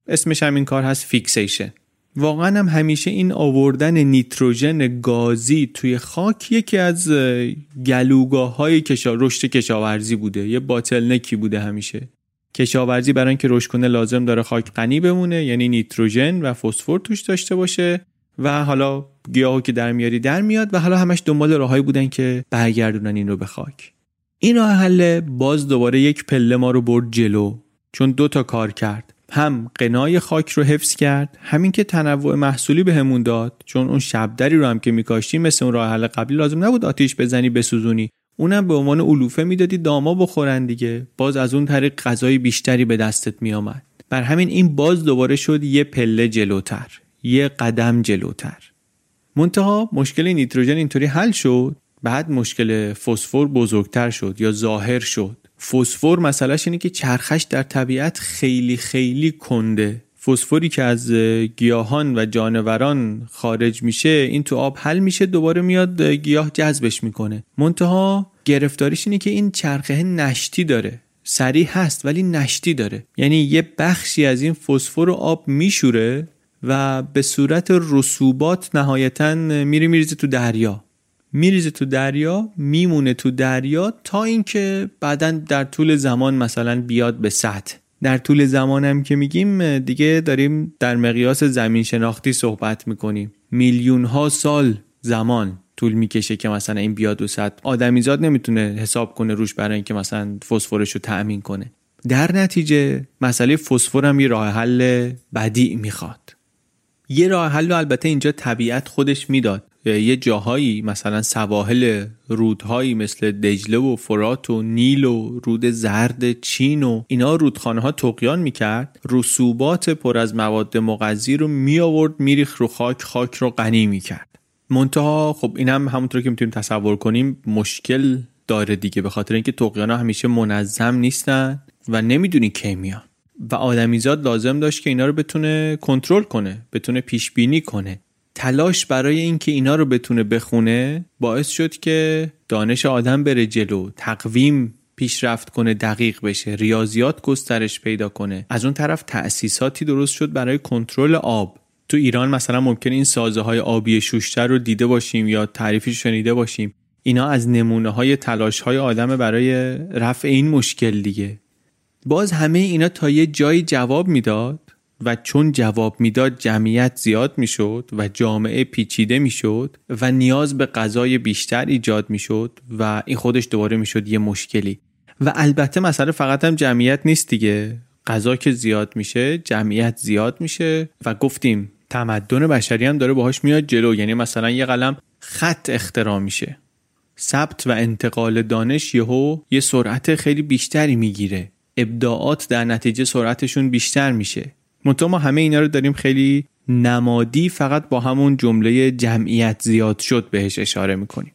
اسمش هم این کار هست فیکسیشن. واقعا هم همیشه این آوردن نیتروژن گازی توی خاک یکی از گلوگاه‌های رشد کشاورزی بوده، یه باتلنکی بوده همیشه. کشاورزی برای اینکه رشد کنه لازم داره خاک غنی بمونه، یعنی نیتروژن و فسفر توش داشته باشه و حالا گیاهو که در میاد و حالا همش دنبال راهایی بودن که برگردونن این رو به خاک. این راه حل باز دوباره یک پله ما رو برد جلو، چون 2 تا کار کرد. هم غنای خاک رو حفظ کرد، همین که تنوع محصولی بهمون داد، چون اون شبدری رو هم که می‌کاشتیم مثل اون راه حل قبلی لازم نبود آتیش بزنی بسوزونی، اونم به عنوان علوفه میدادی داما بخورن دیگه، باز از اون طریق غذای بیشتری به دستت میآمد. بر همین این باز دوباره شد یه پله جلوتر، یه قدم جلوتر. منتها مشکل نیتروژن اینطوری حل شد، بعد مشکل فسفر بزرگتر شد یا ظاهر شد. فسفر مسئلهش اینه که چرخش در طبیعت خیلی خیلی کنده. فسفری که از گیاهان و جانوران خارج میشه این تو آب حل میشه، دوباره میاد گیاه جذبش میکنه. منتها گرفتاریش اینه که این چرخه نشتی داره، سریع هست ولی نشتی داره، یعنی یه بخشی از این فسفر رو آب میشوره و به صورت رسوبات نهایتاً میریزه تو دریا، میمونه تو دریا تا اینکه بعداً در طول زمان مثلا بیاد به سطح. در طول زمان هم که میگیم دیگه داریم در مقیاس زمین شناختی صحبت میکنیم. میلیون ها سال زمان طول میکشه که مثلا این بیاد و سطح. آدمیزاد نمیتونه حساب کنه روش برای اینکه مثلا فسفرش رو تأمین کنه. در نتیجه مسئله فسفر هم یه راه حل بدیع میخواد. یه راه حل رو البته اینجا طبیعت خودش میداد. یه جاهایی مثلا سواحل رودهایی مثل دجله و فرات و نیل و رود زرد چین و اینا رودخانه ها طغیان میکرد، رسوبات پر از مواد مغذی رو می آورد میریخت رو خاک رو غنی میکرد. منتها خب اینم همونطور که میتونیم تصور کنیم مشکل داره دیگه، به خاطر اینکه طغیان ها همیشه منظم نیستن و نمیدونی کی میان و آدمیزاد لازم داشت که اینا رو بتونه کنترل کنه، بتونه پیش بینی کنه. تلاش برای اینکه اینا رو بتونه بخونه باعث شد که دانش آدم بره جلو، تقویم پیشرفت کنه، دقیق بشه، ریاضیات گسترش پیدا کنه. از اون طرف تأسیساتی درست شد برای کنترل آب. تو ایران مثلا ممکنه این سازه‌های آبی شوشتر رو دیده باشیم یا تعریفش شنیده باشیم. اینا از نمونه‌های تلاش‌های آدم برای رفع این مشکل دیگه. باز همه اینا تا یه جایی جواب میداد و چون جواب میداد جمعیت زیاد میشد و جامعه پیچیده میشد و نیاز به غذای بیشتر ایجاد میشد و این خودش دوباره میشد یه مشکلی. و البته مسئله فقط هم جمعیت نیست دیگه، غذا که زیاد میشه جمعیت زیاد میشه و گفتیم تمدن بشری هم داره باهاش میاد جلو. یعنی مثلا یه قلم خط اختراع میشه، ثبت و انتقال دانش یه سرعت خیلی بیشتری میگیره، ابداعات در نتیجه سرعتشون بیشتر میشه. منتها ما همه اینا رو داریم خیلی نمادی فقط با همون جمله جمعیت زیاد شد بهش اشاره میکنیم.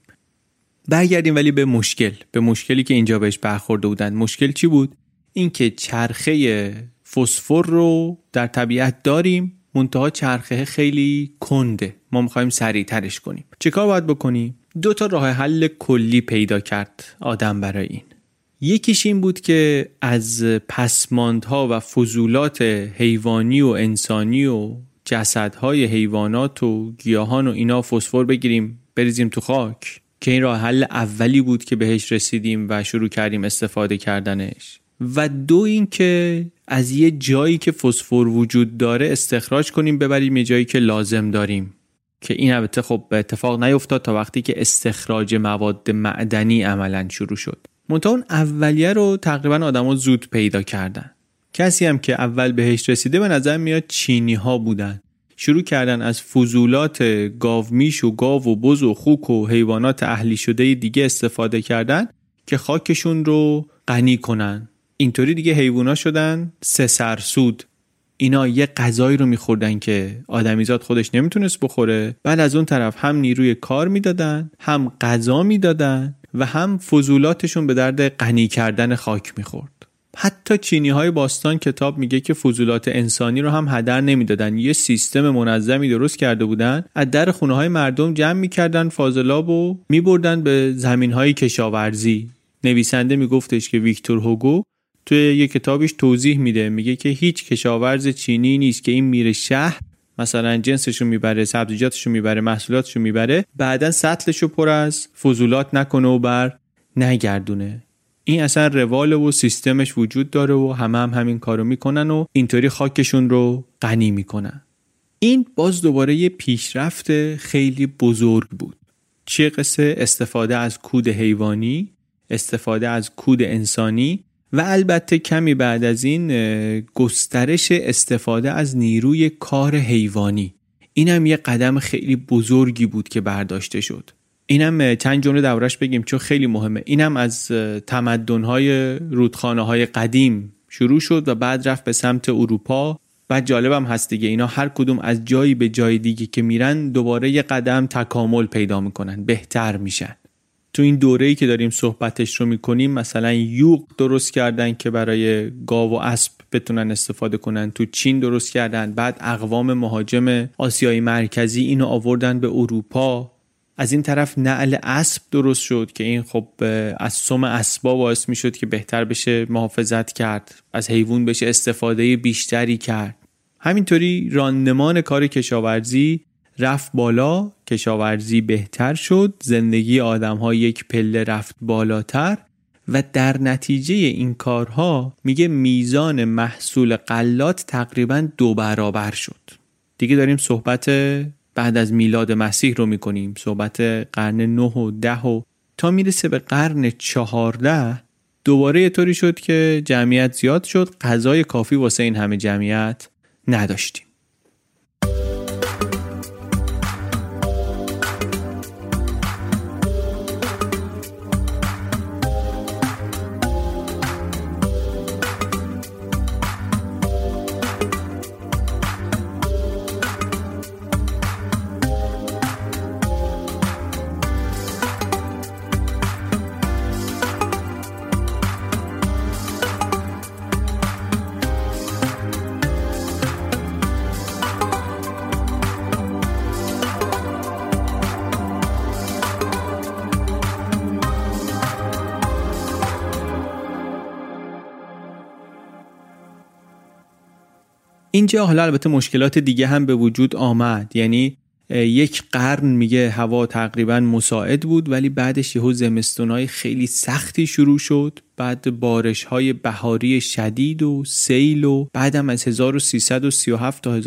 برگردیم ولی به مشکلی که اینجا بهش برخورده بودن. مشکل چی بود؟ این که چرخه فسفر رو در طبیعت داریم، منتها چرخه خیلی کنده، ما میخوایم سریعترش کنیم. چه کار باید بکنیم؟ 2 تا راه حل کلی پیدا کرد آدم برای این. یکیش این بود که از پسماندها و فضولات حیوانی و انسانی و جسدهای حیوانات و گیاهان و اینا فسفر بگیریم بریزیم تو خاک، که این راه حل اولی بود که بهش رسیدیم و شروع کردیم استفاده کردنش. و 2 این که از یه جایی که فسفر وجود داره استخراج کنیم ببریم یه جایی که لازم داریم، که این البته خب به اتفاق نیفتاد تا وقتی که استخراج مواد معدنی عملاً شروع شد. منتها اون اولیه رو تقریبا آدما زود پیدا کردن. کسی هم که اول بهش رسیده به نظر میاد چینی ها بودن. شروع کردن از فضولات گاومیش و گاو و بز و خوک و حیوانات اهلی شده دیگه استفاده کردن که خاکشون رو غنی کنن. اینطوری دیگه حیونا شدن 3 سرسود. اینا یه غذایی رو میخوردن که آدمیزاد خودش نمیتونست بخوره، بعد از اون طرف هم نیروی کار میدادن، هم غذا میدادن و هم فضولاتشون به درد غنی کردن خاک میخورد. حتی چینی‌های باستان کتاب میگه که فضولات انسانی رو هم هدر نمیدادن. یه سیستم منظمی درست کرده بودن، از در خونه‌های مردم جمع میکردن فاضلاب و میبردن به زمین‌های کشاورزی. نویسنده میگفتش که ویکتور هوگو توی یه کتابش توضیح میده، میگه که هیچ کشاورز چینی نیست که این میره شهر، مثلا جنسشو میبره، سبزیجاتشو میبره، محصولاتشو میبره، بعدن سطلشو پر از فضولات نکنه و بر نگردونه. این اصلا روال و سیستمش وجود داره و همین کارو میکنن و اینطوری خاکشون رو غنی میکنن. این باز دوباره یه پیشرفت خیلی بزرگ بود. چیه قصه؟ استفاده از کود حیوانی، استفاده از کود انسانی و البته کمی بعد از این گسترش استفاده از نیروی کار حیوانی. اینم یه قدم خیلی بزرگی بود که برداشته شد. اینم چند جمله دربارش بگیم چون خیلی مهمه. اینم از تمدن‌های رودخانه‌های قدیم شروع شد و بعد رفت به سمت اروپا. بعد جالبم هست دیگه، اینا هر کدوم از جایی به جای دیگه که میرن دوباره یه قدم تکامل پیدا میکنن، بهتر میشن. تو این دوره‌ای که داریم صحبتش رو میکنیم مثلا یوغ درست کردن که برای گاو و اسب بتونن استفاده کنن، تو چین درست کردن، بعد اقوام مهاجم آسیای مرکزی اینو آوردن به اروپا. از این طرف نعل اسب درست شد که این خب از سم اسبا باعث میشد که بهتر بشه محافظت کرد، از حیوان بشه استفاده بیشتری کرد. همینطوری راندمان کار کشاورزی رفت بالا، کشاورزی بهتر شد، زندگی آدم‌ها یک پله رفت بالاتر و در نتیجه این کارها میگه میزان محصول غلات تقریباً 2 برابر شد. دیگه داریم صحبت بعد از میلاد مسیح رو میکنیم، صحبت قرن 9 و 10 و تا میرسه به قرن 14 دوباره یه طوری شد که جمعیت زیاد شد، غذای کافی واسه این همه جمعیت نداشتیم. اینجا حالا البته مشکلات دیگه هم به وجود آمد. یعنی یک قرن میگه هوا تقریبا مساعد بود ولی بعدش یهو زمستونای خیلی سختی شروع شد، بعد بارش‌های بهاری شدید و سیل و بعدم از 1337 تا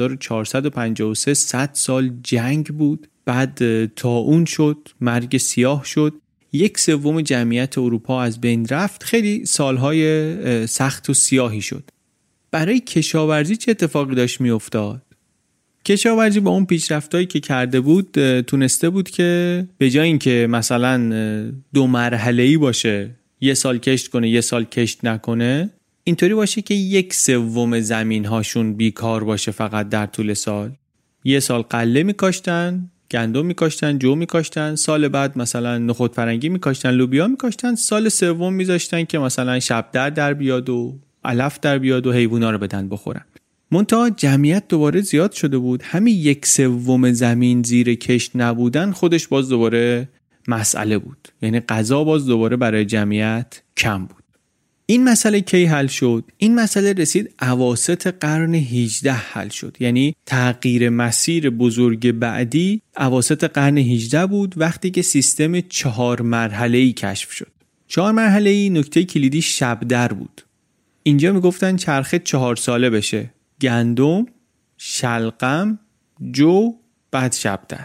1453 100 سال جنگ بود، بعد طاعون شد، مرگ سیاه شد، 1/3 جمعیت اروپا از بین رفت، خیلی سالهای سخت و سیاهی شد. برای کشاورزی چه اتفاقی داشت میافتاد؟ کشاورزی با اون پیشرفتایی که کرده بود تونسته بود که به جای اینکه مثلا 2 مرحله‌ای باشه، یه سال کشت کنه یه سال کشت نکنه، اینطوری باشه که 1/3 زمین هاشون بیکار باشه فقط در طول سال. یه سال غله میکاشتن، گندم میکاشتن، جو میکاشتن، سال بعد مثلا نخود فرنگی میکاشتن، لوبیا میکاشتن، سال سوم میذاشتن که مثلا شبدر در بیاد و علف در بیاد و حیوونا رو بدن بخورن. منتها جمعیت دوباره زیاد شده بود، همین 1/3 زمین زیر کشت نبودن خودش باز دوباره مسئله بود. یعنی غذا باز دوباره برای جمعیت کم بود. این مسئله کی حل شد؟ این مسئله رسید اواسط قرن 18 حل شد. یعنی تغییر مسیر بزرگ بعدی اواسط قرن 18 بود، وقتی که سیستم 4 مرحله‌ای کشف شد. 4 مرحله‌ای نکته کلیدی شبدر بود. اینجا میگفتن چرخه 4 ساله بشه: گندم، شلغم، جو، بعد شبدر.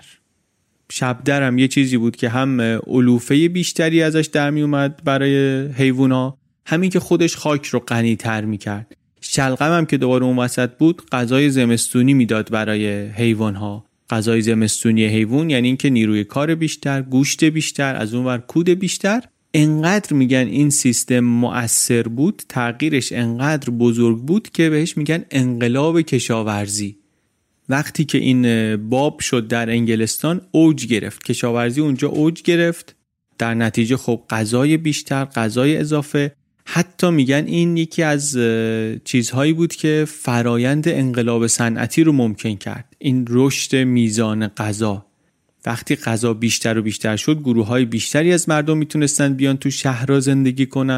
شبدر هم یه چیزی بود که هم علوفه بیشتری ازش در می اومد برای حیوونا، همین که خودش خاک رو غنی تر می کرد. شلغم هم که دوباره اون وسط بود، غذای زمستونی میداد برای حیوانها. غذای زمستونی حیوان یعنی این که نیروی کار بیشتر، گوشت بیشتر، از اون ور کود بیشتر. انقدر میگن این سیستم مؤثر بود، تغییرش انقدر بزرگ بود که بهش میگن انقلاب کشاورزی. وقتی که این باب شد در انگلستان اوج گرفت، کشاورزی اونجا اوج گرفت، در نتیجه خب غذای بیشتر، غذای اضافه. حتی میگن این یکی از چیزهایی بود که فرایند انقلاب صنعتی رو ممکن کرد، این رشد میزان غذا. وقتی غذا بیشتر و بیشتر شد، گروه‌های بیشتری از مردم میتونستن بیان تو شهرها زندگی کنن.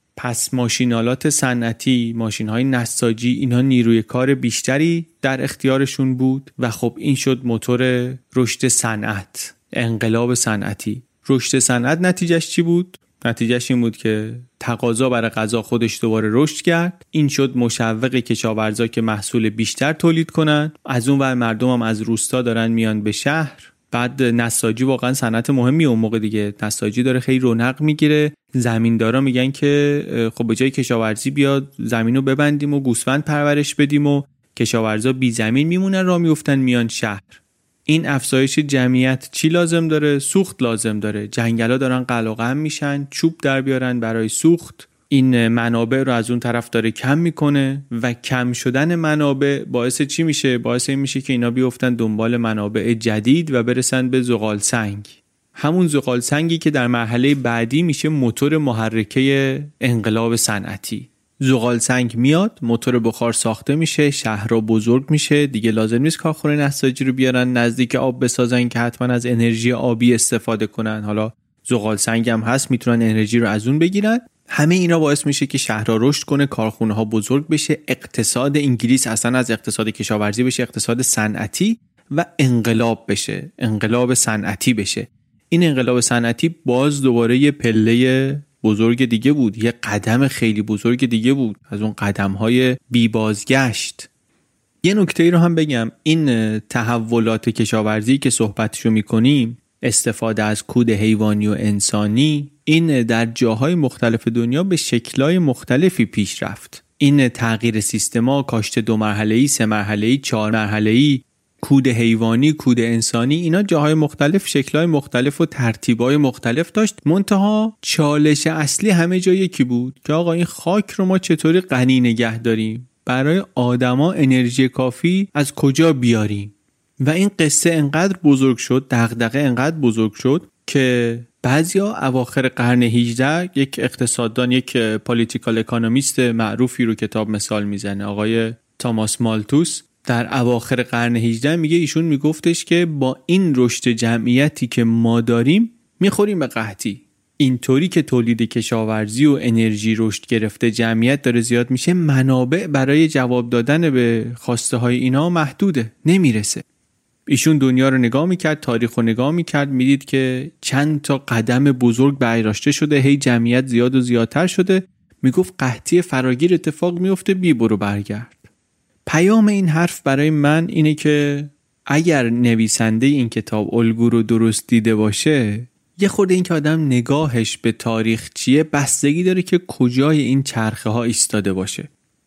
پس ماشینالات صنعتی، ماشین‌های نساجی، اینا نیروی کار بیشتری در اختیارشون بود و خب این شد موتور رشد صنعت، انقلاب صنعتی. رشد صنعت نتیجهش چی بود؟ نتیجهش این بود که تقاضا برای غذا خودش دوباره رشد کرد. این شد مشوق کشاورزا که محصول بیشتر تولید کنن. از اون ور مردم هم از روستا دارن میان به شهر. بعد نساجی واقعا صنعت مهمی اون موقع دیگه. نساجی داره خیلی رونق میگیره. زمیندارا میگن که خب به جای کشاورزی بیاد زمینو ببندیم و گوسفند پرورش بدیم و کشاورزا بی زمین میمونن، راه میافتن میان شهر. این افزایش جمعیت چی لازم داره؟ سوخت لازم داره. جنگلا دارن قلقم میشن، چوب در بیارن برای سوخت. این منابع رو از اون طرف داره کم میکنه و کم شدن منابع باعث چی میشه؟ باعث این میشه که اینا بیافتن دنبال منابع جدید و برسن به زغال سنگ. همون زغال سنگی که در مرحله بعدی میشه موتور محرکه انقلاب صنعتی. زغال سنگ میاد، موتور بخار ساخته میشه، شهرها بزرگ میشه، دیگه لازم نیست کارخونه نساجی رو بیارن نزدیک آب بسازن که حتما از انرژی آبی استفاده کنن. حالا زغال سنگ هم هست، میتونن انرژی رو از اون بگیرن. همه اینا باعث میشه که شهرها رشد کنه، کارخونه ها بزرگ بشه، اقتصاد انگلیس اصلا از اقتصاد کشاورزی بشه اقتصاد صنعتی و انقلاب بشه، انقلاب صنعتی بشه. این انقلاب صنعتی باز دوباره یه پله بزرگ دیگه بود، یه قدم خیلی بزرگ دیگه بود از اون قدم‌های بی بازگشت. یه نکته رو هم بگم، این تحولات کشاورزی که صحبتشو میکنیم، استفاده از کود حیوانی و انسانی، این در جاهای مختلف دنیا به شکل‌های مختلفی پیش رفت. این تغییر سیستما، کاشت 2 مرحله‌ای، 3 مرحله‌ای، 4 مرحله‌ای، کود حیوانی، کود انسانی، اینا جاهای مختلف، شکل‌های مختلف و ترتیب‌های مختلف داشت. منتها چالش اصلی همه جا یکی بود که آقا این خاک رو ما چطوری غنی نگه داریم؟ برای آدما انرژی کافی از کجا بیاریم؟ و این قصه انقدر بزرگ شد، دغدغه انقدر بزرگ شد که بعضیا اواخر قرن 18 یک اقتصاددان، یک پالیتیکال اکونومیست معروفی رو کتاب مثال میزنه، آقای تاماس مالتوس، در اواخر قرن 18 میگه، ایشون میگفتش که با این رشد جمعیتی که ما داریم میخوریم به قحطی. اینطوری که تولید کشاورزی و انرژی رشد گرفته، جمعیت داره زیاد میشه، منابع برای جواب دادن به خواسته های اینا محدوده، نمیرسه. ایشون دنیا رو نگاه میکرد، تاریخ رو نگاه میکرد، میدید که چند تا قدم بزرگ برداشته شده، هی جمعیت زیاد و زیادتر شده، میگفت قحطی فراگیر اتفاق میفته، بی برو برگرد. پیام این حرف برای من اینه که اگر نویسنده این کتاب الگو رو درست دیده باشه، یه خورده این که آدم نگاهش به تاریخ چیه بستگی داره که کجای این چرخه ها ایستاده باشه.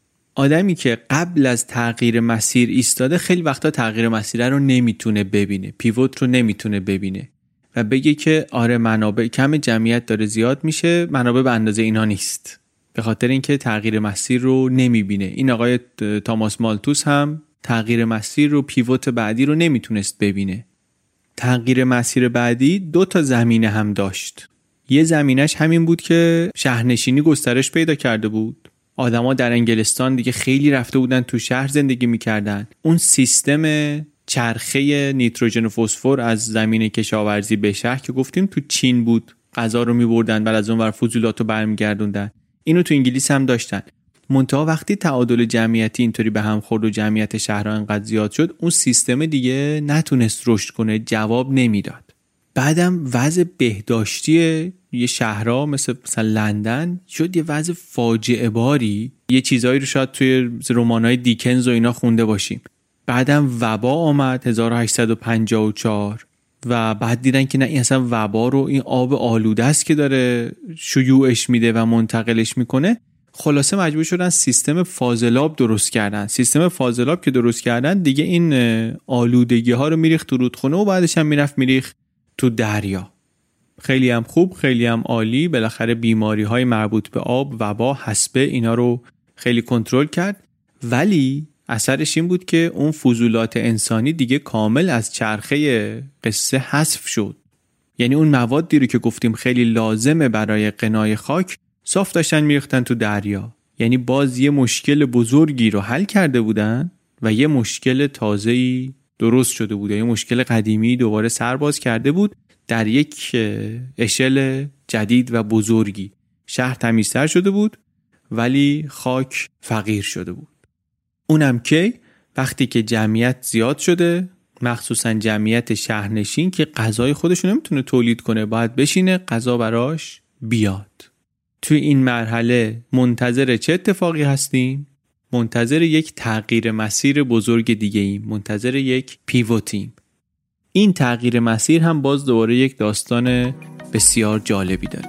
آدمی که قبل از تغییر مسیر ایستاده خیلی وقتا تغییر مسیر رو نمیتونه ببینه، پیوت رو نمیتونه ببینه و بگه که آره منابع کم، جمعیت داره زیاد میشه، منابع به اندازه اینا نیست، به خاطر اینکه تغییر مسیر رو نمیبینه. این آقای تاماس مالتوس هم تغییر مسیر رو، پیوت بعدی رو نمیتونست ببینه. تغییر مسیر بعدی 2 تا زمینه هم داشت. یه زمینش همین بود که شهرنشینی گسترش پیدا کرده بود. آدما در انگلستان دیگه خیلی رفته بودن تو شهر زندگی میکردن. اون سیستم چرخه نیتروژن و فسفر از زمین کشاورزی به شهر که گفتیم تو چین بود، غذا رو میبردن بعد از اون ور فضولات رو برمیگردوندن. اینو تو انگلیس هم داشتن. منتها وقتی تعادل جمعیتی اینطوری به هم خورد و جمعیت شهرها انقدر زیاد شد، اون سیستم دیگه نتونست رشد کنه، جواب نمیداد. بعدم وضع بهداشتی یه شهرها مثل لندن شد یه وضع فاجعه باری. یه چیزایی رو شاید توی رمان‌های دیکنز و اینا خونده باشیم. بعدم وبا آمد 1854 و بعد دیدن که نه، این اصلا وبا رو این آب آلوده است که داره شیوعش میده و منتقلش میکنه. خلاصه مجبور شدن سیستم فاضلاب درست کردن. سیستم فاضلاب که درست کردن دیگه این آلودگی ها رو میریخت تو رودخونه و بعدش هم میریخت تو دریا. خیلی هم خوب، خیلی هم عالی. بالاخره بیماری های مربوط به آب، وبا، حصبه، اینا رو خیلی کنترل کرد. ولی اثرش این بود که اون فضولات انسانی دیگه کامل از چرخه قصه حذف شد. یعنی اون موادی رو که گفتیم خیلی لازمه برای قنای خاک، صاف داشتن میریختن تو دریا. یعنی باز یه مشکل بزرگی رو حل کرده بودن و یه مشکل تازه‌ای درست شده بود. یه مشکل قدیمی دوباره سرباز کرده بود در یک اشل جدید و بزرگی. شهر تمیزتر شده بود ولی خاک فقیر شده بود. اونم که وقتی که جمعیت زیاد شده، مخصوصا جمعیت شهرنشین که غذای خودشو نمیتونه تولید کنه، باید بشینه غذا براش بیاد. توی این مرحله منتظر چه اتفاقی هستیم؟ منتظر یک تغییر مسیر بزرگ دیگه ایم، منتظر یک پیوتیم. این تغییر مسیر هم باز دوباره یک داستان بسیار جالبی داره.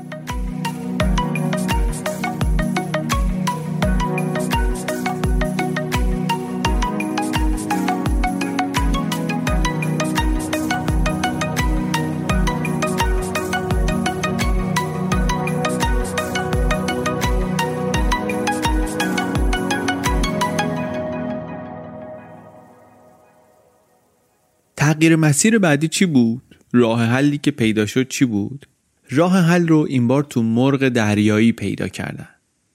تغییر مسیر بعدی چی بود؟ راه حلی که پیدا شد چی بود؟ راه حل رو این بار تو مرغ دریایی پیدا کردن.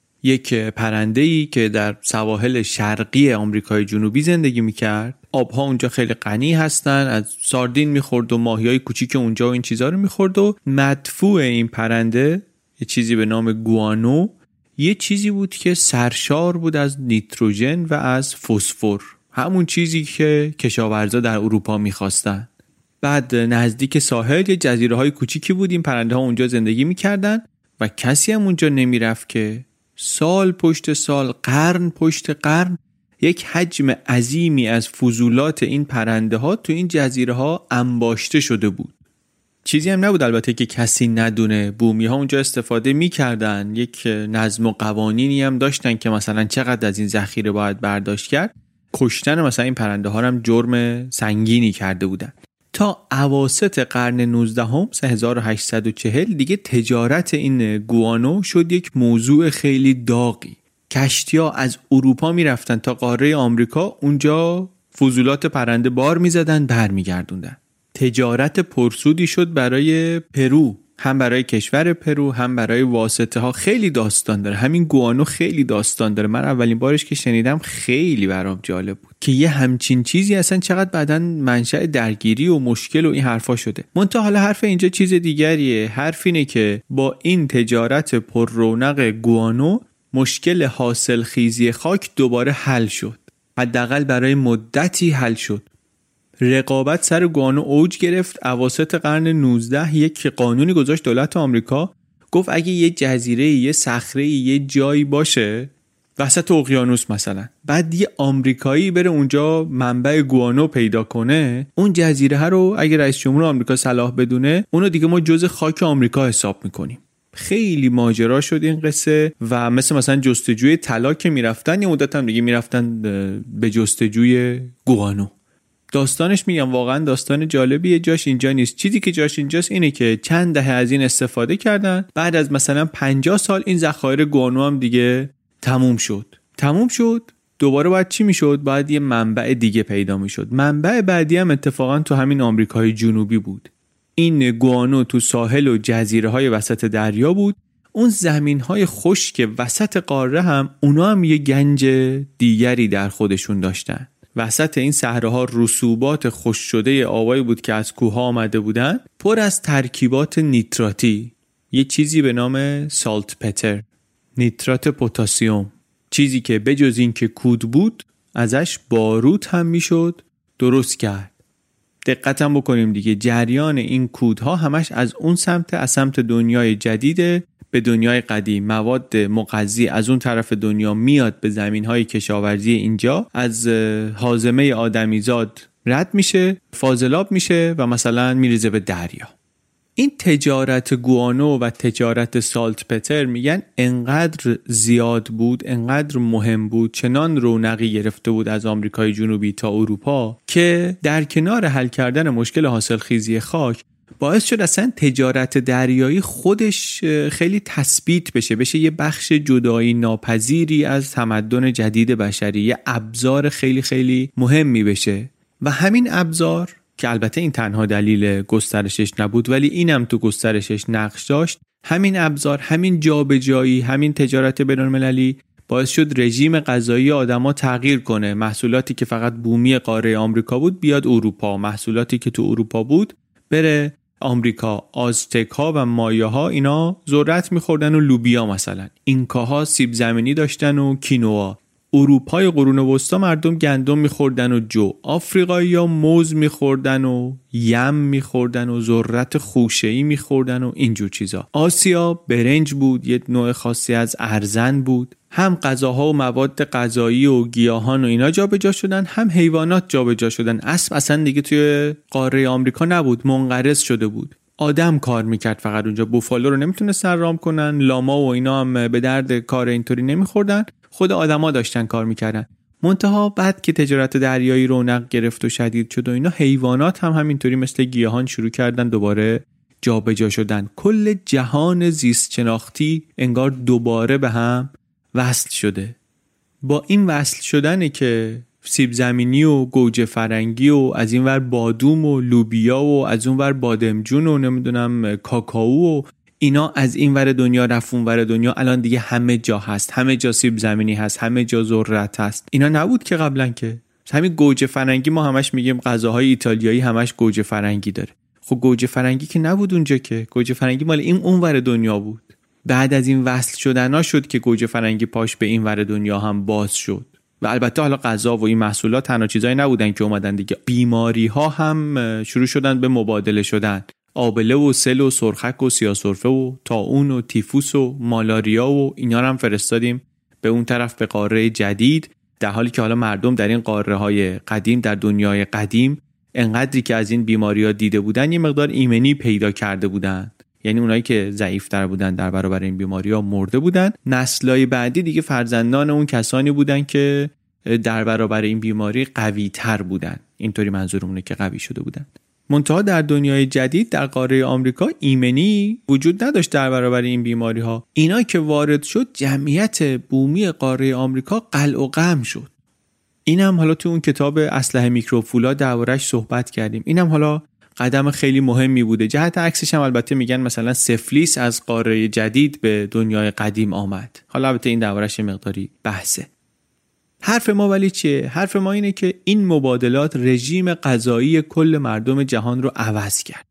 یک پرنده‌ای که در سواحل شرقی آمریکای جنوبی زندگی میکرد. آبها اونجا خیلی غنی هستن، از ساردین میخورد و ماهیای کوچیک اونجا و این چیزا رو میخورد و مدفوع این پرنده یه چیزی به نام گوانو، یه چیزی بود که سرشار بود از نیتروژن و از فسفر، همون چیزی که کشاورزا در اروپا میخواستن. بعد نزدیک ساحل یه جزیره‌های کوچیکی بود، این پرنده‌ها اونجا زندگی میکردن و کسی هم اونجا نمیرفت که سال پشت سال، قرن پشت قرن، یک حجم عظیمی از فضولات این پرنده‌ها تو این جزیره‌ها انباشته شده بود. چیزی هم نبود البته که کسی ندونه. بومی‌ها اونجا استفاده میکردن، یک نظم و قوانینی هم داشتن که مثلا چقدر از این ذخیره باید برداشت کرد. کشتن مثلا این پرنده ها هم جرم سنگینی کرده بودن. تا اواسط قرن 19 1840 دیگه تجارت این گوانو شد یک موضوع خیلی داغی. کشتی‌ها از اروپا میرفتن تا قاره آمریکا، اونجا فضولات پرنده بار میزدن برمیگردوندن. تجارت پرسودی شد برای پرو، هم برای کشور پرو هم برای واسطه ها. خیلی داستان داره همین گوانو، خیلی داستان داره. من اولین بارش که شنیدم خیلی برام جالب بود که یه همچین چیزی اصلا چقدر بعدن منشأ درگیری و مشکل و این حرفا شده. منتها حالا حرف اینجا چیز دیگریه. حرف اینه که با این تجارت پر رونق گوانو مشکل حاصل خیزی خاک دوباره حل شد، حداقل برای مدتی حل شد. رقابت سر گوانو اوج گرفت. اواسط قرن 19 یک قانونی گذاشت دولت آمریکا، گفت اگه یه جزیره، یه صخره، یه جایی باشه وسط اقیانوس مثلا، بعد یه آمریکایی بره اونجا منبع گوانو پیدا کنه، اون جزیره رو اگه رئیس جمهور آمریکا صلاح بدونه، اونو دیگه ما جزء خاک آمریکا حساب میکنیم. خیلی ماجرا شد این قصه و مثلا جستجوی طلا که میرفتن، یه مدت هم دیگه میرفتن به جستجوی گوانو. داستانش میگم واقعا داستان جالبیه، جاش اینجا نیست. چیزی که جاش اینجاست اینه که چند دهه از این استفاده کردن، بعد از مثلا 50 سال این ذخایر گوانو هم دیگه تموم شد. دوباره باید چی میشد؟ باید یه منبع دیگه پیدا میشد. منبع بعدی هم اتفاقا تو همین آمریکای جنوبی بود. این گوانو تو ساحل و جزیره های وسط دریا بود. اون زمین های خشک وسط قاره هم اونا هم یه گنج دیگری در خودشون داشتن. وسط این صحراها رسوبات خشک شده آبایی بود که از کوه ها آمده بودن، پر از ترکیبات نیتراتی، یه چیزی به نام سالت پتر، نیترات پتاسیم، چیزی که بجز این که کود بود ازش باروت هم میشد درست کرد. دقت هم بکنیم دیگه، جریان این کودها همش از اون سمت، از سمت دنیای جدید به دنیای قدیم. مواد مغذی از اون طرف دنیا میاد به زمینهای کشاورزی اینجا، از هاضمه آدمیزاد رد میشه، فاضلاب میشه و مثلا میریزه به دریا. این تجارت گوانو و تجارت سالت پتر میگن انقدر زیاد بود، انقدر مهم بود، چنان رونقی گرفته بود از آمریکای جنوبی تا اروپا که در کنار حل کردن مشکل حاصلخیزی خاک باعث شد اصلا تجارت دریایی خودش خیلی تثبیت بشه یه بخش جدایی ناپذیری از تمدن جدید بشری، یه ابزار خیلی خیلی مهمی بشه. و همین ابزار که البته این تنها دلیل گسترشش نبود ولی اینم تو گسترشش نقش داشت، همین ابزار، همین جابجایی، همین تجارت بین‌المللی باعث شد رژیم غذایی آدما تغییر کنه. محصولاتی که فقط بومی قاره آمریکا بود بیاد اروپا، محصولاتی که تو اروپا بود بره آمریکا، آزتک‌ها و مایاها اینا ذرت می‌خوردن و لوبیا مثلا. اینکاها سیب زمینی داشتن و کینوا. اروپای قرون وسطا مردم گندم می‌خوردن و جو. آفریقایی‌ها موز می‌خوردن و یم می‌خوردن و ذرت خوشه‌ای می‌خوردن و اینجور چیزا. آسیا برنج بود، یه نوع خاصی از ارزن بود. هم غذاها و مواد غذایی و گیاهان و اینا جابجا شدن، هم حیوانات جابجا شدن. اسب اصلا دیگه توی قاره آمریکا نبود، منقرض شده بود. آدم کار میکرد فقط اونجا. بوفالو رو نمیتونستن رام کنن، لاما و اینا هم به درد کار اینطوری نمیخوردن، خود آدما داشتن کار میکردن. منتها بعد که تجارت دریایی رونق گرفت و شدید شد و اینا، حیوانات هم همینطوری مثل گیاهان شروع کردن دوباره جابجا شدن. کل جهان زیست شناختی انگار دوباره به هم وصل شده. با این وصل شدنه که سیب زمینی و گوجه فرنگی و از این ور بادوم و لوبیا و از اون ور بادمجون و نمیدونم کاکائو و اینا از این ور دنیا رفت اون ور دنیا. الان دیگه همه جا هست، همه جا سیب زمینی هست، همه جا ذرت هست. اینا نبود که قبلا. که همین گوجه فرنگی ما همش میگیم غذاهای ایتالیایی همش گوجه فرنگی داره. خب گوجه فرنگی که نبود اونجا، که گوجه فرنگی مال این اون ور دنیا بود. بعد از این وصل شدنا شد که گوجه فرنگی پاش به این ور دنیا هم باز شد. و البته حالا غذا و این محصولات تنها چیزایی نبودن که اومدن دیگه. بیماری ها هم شروع شدن به مبادله شدن. آبله و سل و سرخک و سیاه‌سرفه و طاعون و تیفوس و مالاریا و اینا رو هم فرستادیم به اون طرف، به قاره جدید، در حالی که حالا مردم در این قاره های قدیم، در دنیای قدیم، انقدری که از این بیماری ها دیده بودن یه مقدار ایمنی پیدا کرده بودن. یعنی اونایی که ضعیف‌تر بودن در برابر این بیماری‌ها مرده بودن. نسل‌های بعدی دیگه فرزندان اون کسانی بودن که در برابر این بیماری قوی‌تر بودن. اینطوری منظورمونه که قوی شده بودن. منتها در دنیای جدید، در قاره آمریکا، ایمنی وجود نداشت در برابر این بیماری‌ها. اینا که وارد شد، جمعیت بومی قاره آمریکا قلع و قم شد. اینم حالا تو اون کتاب اسلحه میکروفولا درباره‌اش صحبت کردیم. اینم حالا قدم خیلی مهمی بوده. جهت عکسش هم البته میگن مثلا سفلیس از قاره جدید به دنیای قدیم آمد. حالا البته این درباره‌اش مقداری بحثه. حرف ما ولی چیه؟ حرف ما اینه که این مبادلات رژیم غذایی کل مردم جهان رو عوض کرد.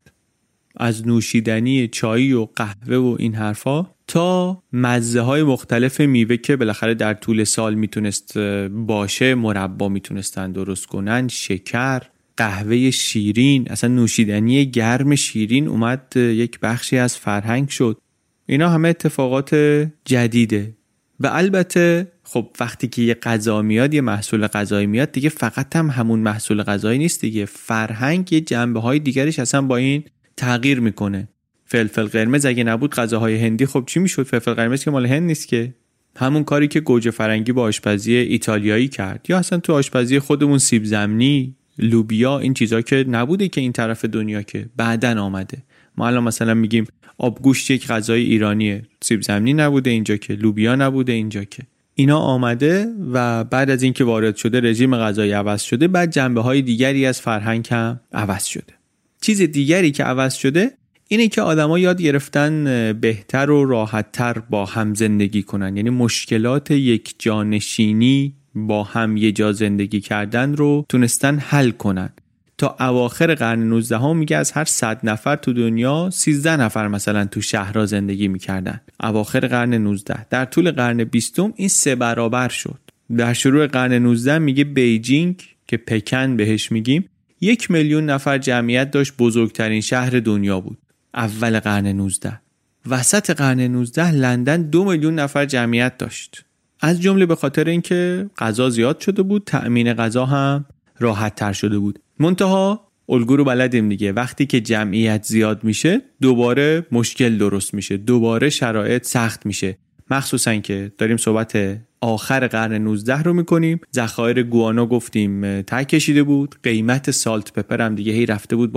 از نوشیدنی چای و قهوه و این حرفا تا مزه های مختلف میوه که بالاخره در طول سال میتونست باشه، مربا میتونستن درست کنن، شکر، قهوه شیرین، اصلا نوشیدنی گرم شیرین اومد یک بخشی از فرهنگ شد. اینا همه اتفاقات جدیده. و البته خب وقتی که یه غذا میاد، یه محصول غذایی میاد، دیگه فقط هم همون محصول غذایی نیست دیگه. فرهنگ یه جنبه‌های دیگرش اصلا با این تغییر میکنه. فلفل قرمز اگه نبود غذاهای هندی خب چی میشد؟ فلفل قرمز که مال هند نیست که. همون کاری که گوجه فرنگی با آشپزی ایتالیایی کرد، یا اصلا تو آشپزی خودمون سیب زمینی، لوبیا، این چیزا که نبوده که این طرف دنیا، که بعدن آمده. ما الان مثلا میگیم آبگوشت یک غذای ایرانیه، سیب زمینی نبوده اینجا که، لوبیا نبوده اینجا که. اینا آمده و بعد از اینکه وارد شده رژیم غذایی عوض شده، بعد جنبه‌های دیگری از فرهنگ هم عوض شده. چیز دیگری که عوض شده اینه که آدما یاد گرفتن بهتر و راحت‌تر با هم زندگی کنن. یعنی مشکلات یک جانشینی با هم یه جا زندگی کردن رو تونستن حل کنن. تا اواخر قرن 19 میگه از هر 100 نفر تو دنیا 13 نفر مثلا تو شهرها زندگی میکردن. اواخر قرن 19. در طول قرن 20 این 3 برابر شد. در شروع قرن 19 میگه بیجینگ که پکن بهش میگیم 1 میلیون نفر جمعیت داشت، بزرگترین شهر دنیا بود. اول قرن 19. وسط قرن 19 لندن 2 میلیون نفر جمعیت داشت. از جمله به خاطر اینکه غذا زیاد شده بود، تأمین غذا هم راحت تر شده بود. منتها الگو رو بلدیم دیگه، وقتی که جمعیت زیاد میشه دوباره مشکل درست میشه، دوباره شرایط سخت میشه. مخصوصا که داریم صحبت آخر قرن 19 رو میکنیم. ذخایر گوانا گفتیم ته کشیده بود، قیمت سالت پپر هم دیگه هی رفته بود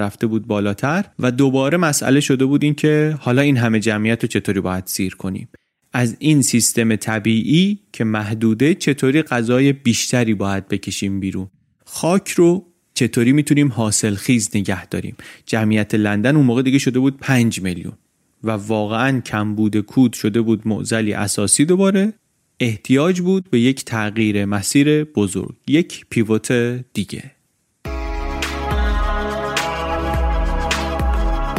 بالاتر و دوباره مسئله شده بود این که حالا این همه جمعیت رو چطوری باید سیر کنیم. از این سیستم طبیعی که محدوده چطوری غذای بیشتری باید بکشیم بیرون. خاک رو چطوری میتونیم حاصل خیز نگه داریم. جمعیت لندن اون موقع دیگه شده بود 5 میلیون و واقعاً کمبود کود شده بود معضلی اساسی. دوباره احتیاج بود به یک تغییر مسیر بزرگ، یک پیوت دیگه.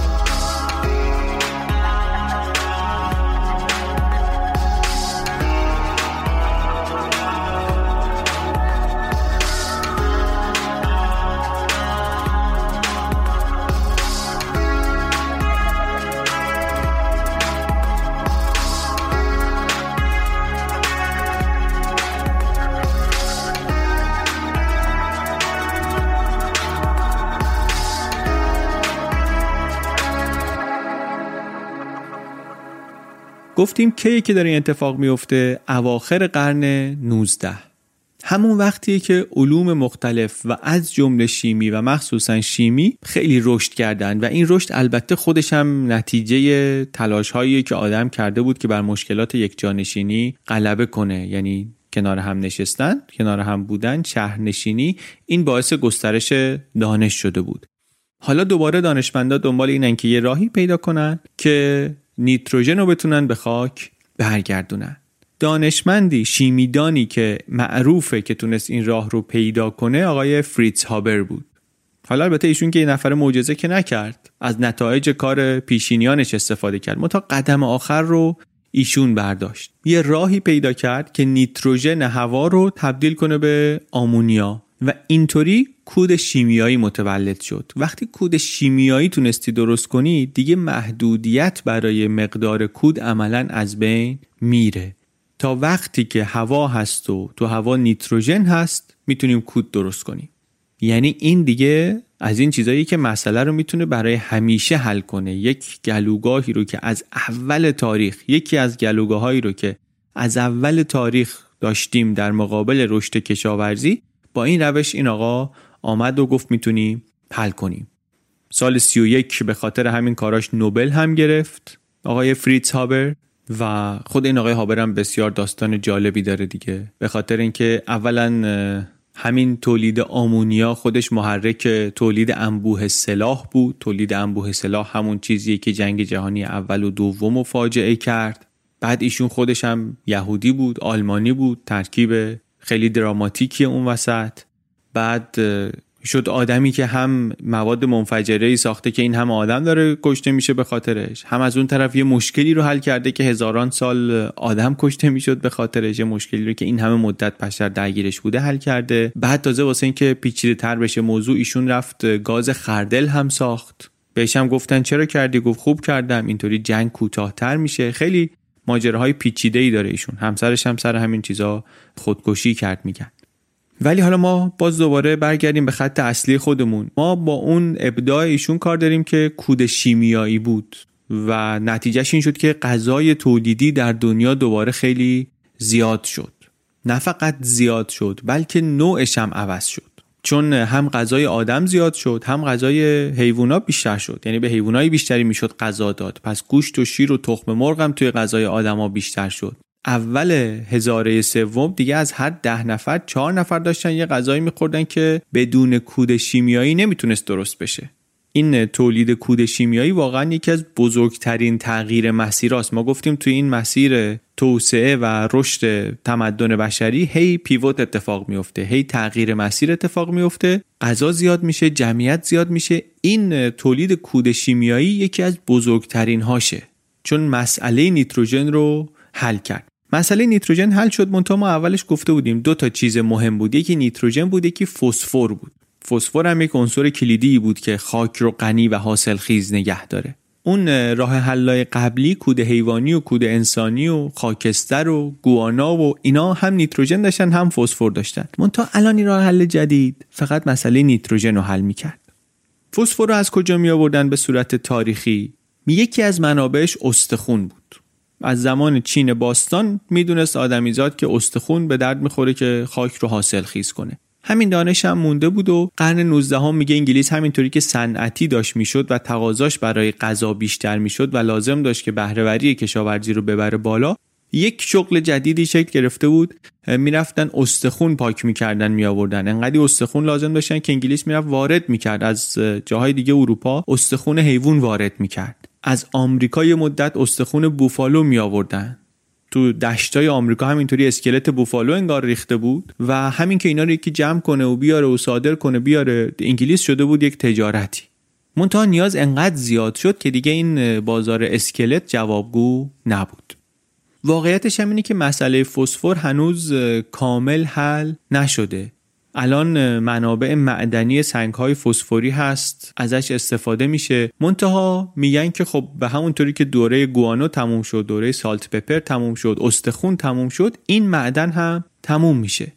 گفتیم کیه که داره این اتفاق میفته؟ اواخر قرن 19. همون وقتیه که علوم مختلف و از جمله شیمی و مخصوصا شیمی خیلی رشد کردن و این رشد البته خودش هم نتیجه تلاش‌هایی که آدم کرده بود که بر مشکلات یکجانشینی غلبه کنه، یعنی کنار هم نشستن، کنار هم بودن، شهرنشینی. این باعث گسترش دانش شده بود. حالا دوباره دانشمندا دنبال اینن که یه راهی پیدا کنن که نیتروژن رو بتونن به خاک برگردونن. دانشمندی شیمیدانی که معروفه که تونست این راه رو پیدا کنه آقای فریتز هابر بود. حالا البته ایشون که یه نفر معجزه که نکرد، از نتایج کار پیشینیانش استفاده کرد، منتها قدم آخر رو ایشون برداشت. یه راهی پیدا کرد که نیتروژن هوا رو تبدیل کنه به آمونیا و اینطوری کود شیمیایی متولد شد. وقتی کود شیمیایی تونستی درست کنی، دیگه محدودیت برای مقدار کود عملاً از بین میره. تا وقتی که هوا هست و تو هوا نیتروژن هست میتونیم کود درست کنیم. یعنی این دیگه از این چیزایی که مسئله رو میتونه برای همیشه حل کنه. یک گلوگاهی رو که از اول تاریخ، یکی از گلوگاهایی رو که از اول تاریخ داشتیم در مقابل رشد کشاورزی، با این روش این آقا آمد و گفت میتونیم حل کنیم. سال 31 به خاطر همین کاراش نوبل هم گرفت آقای فریتز هابر. و خود این آقای هابر هم بسیار داستان جالبی داره دیگه، به خاطر اینکه اولا همین تولید آمونیا خودش محرک تولید انبوه سلاح بود. تولید انبوه سلاح همون چیزیه که جنگ جهانی اول و دوم رو فاجعه کرد. بعد ایشون خودش هم یهودی بود، آلمانی بود، ترکیب خیلی دراماتیکی اون وسط. بعد شد آدمی که هم مواد منفجره‌ای ساخته که این هم آدم داره کشته میشه به خاطرش، هم از اون طرف یه مشکلی رو حل کرده که هزاران سال آدم کشته میشد به خاطرش، یه مشکلی رو که این همه مدت بشر درگیرش بوده حل کرده. بعد تازه واسه این که پیچیده‌تر بشه موضوع، ایشون رفت گاز خردل هم ساخت. بهش هم گفتن چرا کردی؟ گفت خوب کردم، اینطوری جنگ کوتاه‌تر میشه. خیلی ماجراهای پیچیده‌ای داره ایشون. همسرش هم سر همین چیزا خودکشی کرد میگن. ولی حالا ما باز دوباره برگردیم به خط اصلی خودمون. ما با اون ابداع ایشون کار داریم که کود شیمیایی بود و نتیجهش این شد که غذای تولیدی در دنیا دوباره خیلی زیاد شد. نه فقط زیاد شد بلکه نوعش هم عوض شد، چون هم غذای آدم زیاد شد هم غذای حیوونا بیشتر شد. یعنی به حیوانای بیشتری میشد غذا داد، پس گوشت و شیر و تخم مرغ هم توی غذای آدما بیشتر شد. اول هزاره سوم دیگه از هر 10 نفر 4 نفر داشتن یه غذایی میخوردن که بدون کود شیمیایی نمیتونست درست بشه. این تولید کود شیمیایی واقعا یکی از بزرگترین تغییر مسیراست. ما گفتیم توی این مسیر توسعه و رشد تمدن بشری هی پیوت اتفاق میفته، هی تغییر مسیر اتفاق میفته، غذا زیاد میشه، جمعیت زیاد میشه. این تولید کود شیمیایی یکی از بزرگترین هاشه، چون مسئله نیتروژن رو حل کرد. مسئله نیتروژن حل شد، منتها ما اولش گفته بودیم 2 تا چیز مهم بود، یکی نیتروژن بود، یکی فسفر بود. فسفر هم یک عنصر کلیدی بود که خاک رو غنی و حاصلخیز نگه داره. اون راه حل‌های قبلی، کود حیوانی و کود انسانی و خاکستر و گوانا و اینا، هم نیتروژن داشتن هم فسفر داشتن. منتها الان این راه حل جدید فقط مسئله نیتروژن رو حل می‌کرد. فسفر رو از کجا می‌آوردن به صورت تاریخی؟ یکی از منابعش استخون بود. از زمان چین باستان میدونست آدمیزاد که استخون به درد میخوره که خاک رو حاصل خیز کنه. همین دانش هم مونده بود و قرن 19 هم میگه انگلیس همینطوری که صنعتی داشت میشد و تقاضاش برای غذا بیشتر میشد و لازم داشت که بهره‌وری کشاورزی رو ببره بالا، یک شغل جدیدی شکل گرفته بود. میرفتن استخون پاک میکردن میآوردن. انقدی استخون لازم داشتن که انگلیس میرفت وارد میکرد از جاهای دیگه اروپا، استخون حیوان وارد میکرد. از آمریکا یه مدت استخون بوفالو می آوردن. تو دشتای آمریکا همینطوری اسکلت بوفالو انگار ریخته بود و همین که اینا رو یکی جمع کنه و بیاره و صادر کنه بیاره، انگلیس شده بود یک تجارتی. منتها نیاز انقدر زیاد شد که دیگه این بازار اسکلت جوابگو نبود. واقعیتش هم اینه که مسئله فسفر هنوز کامل حل نشده. الان منابع معدنی سنگ‌های فسفوری هست، ازش استفاده میشه. منتها میگن که خب به همون طوری که دوره گوانو تموم شد، دوره سالت پپر تموم شد، استخون تموم شد، این معدن هم تموم میشه.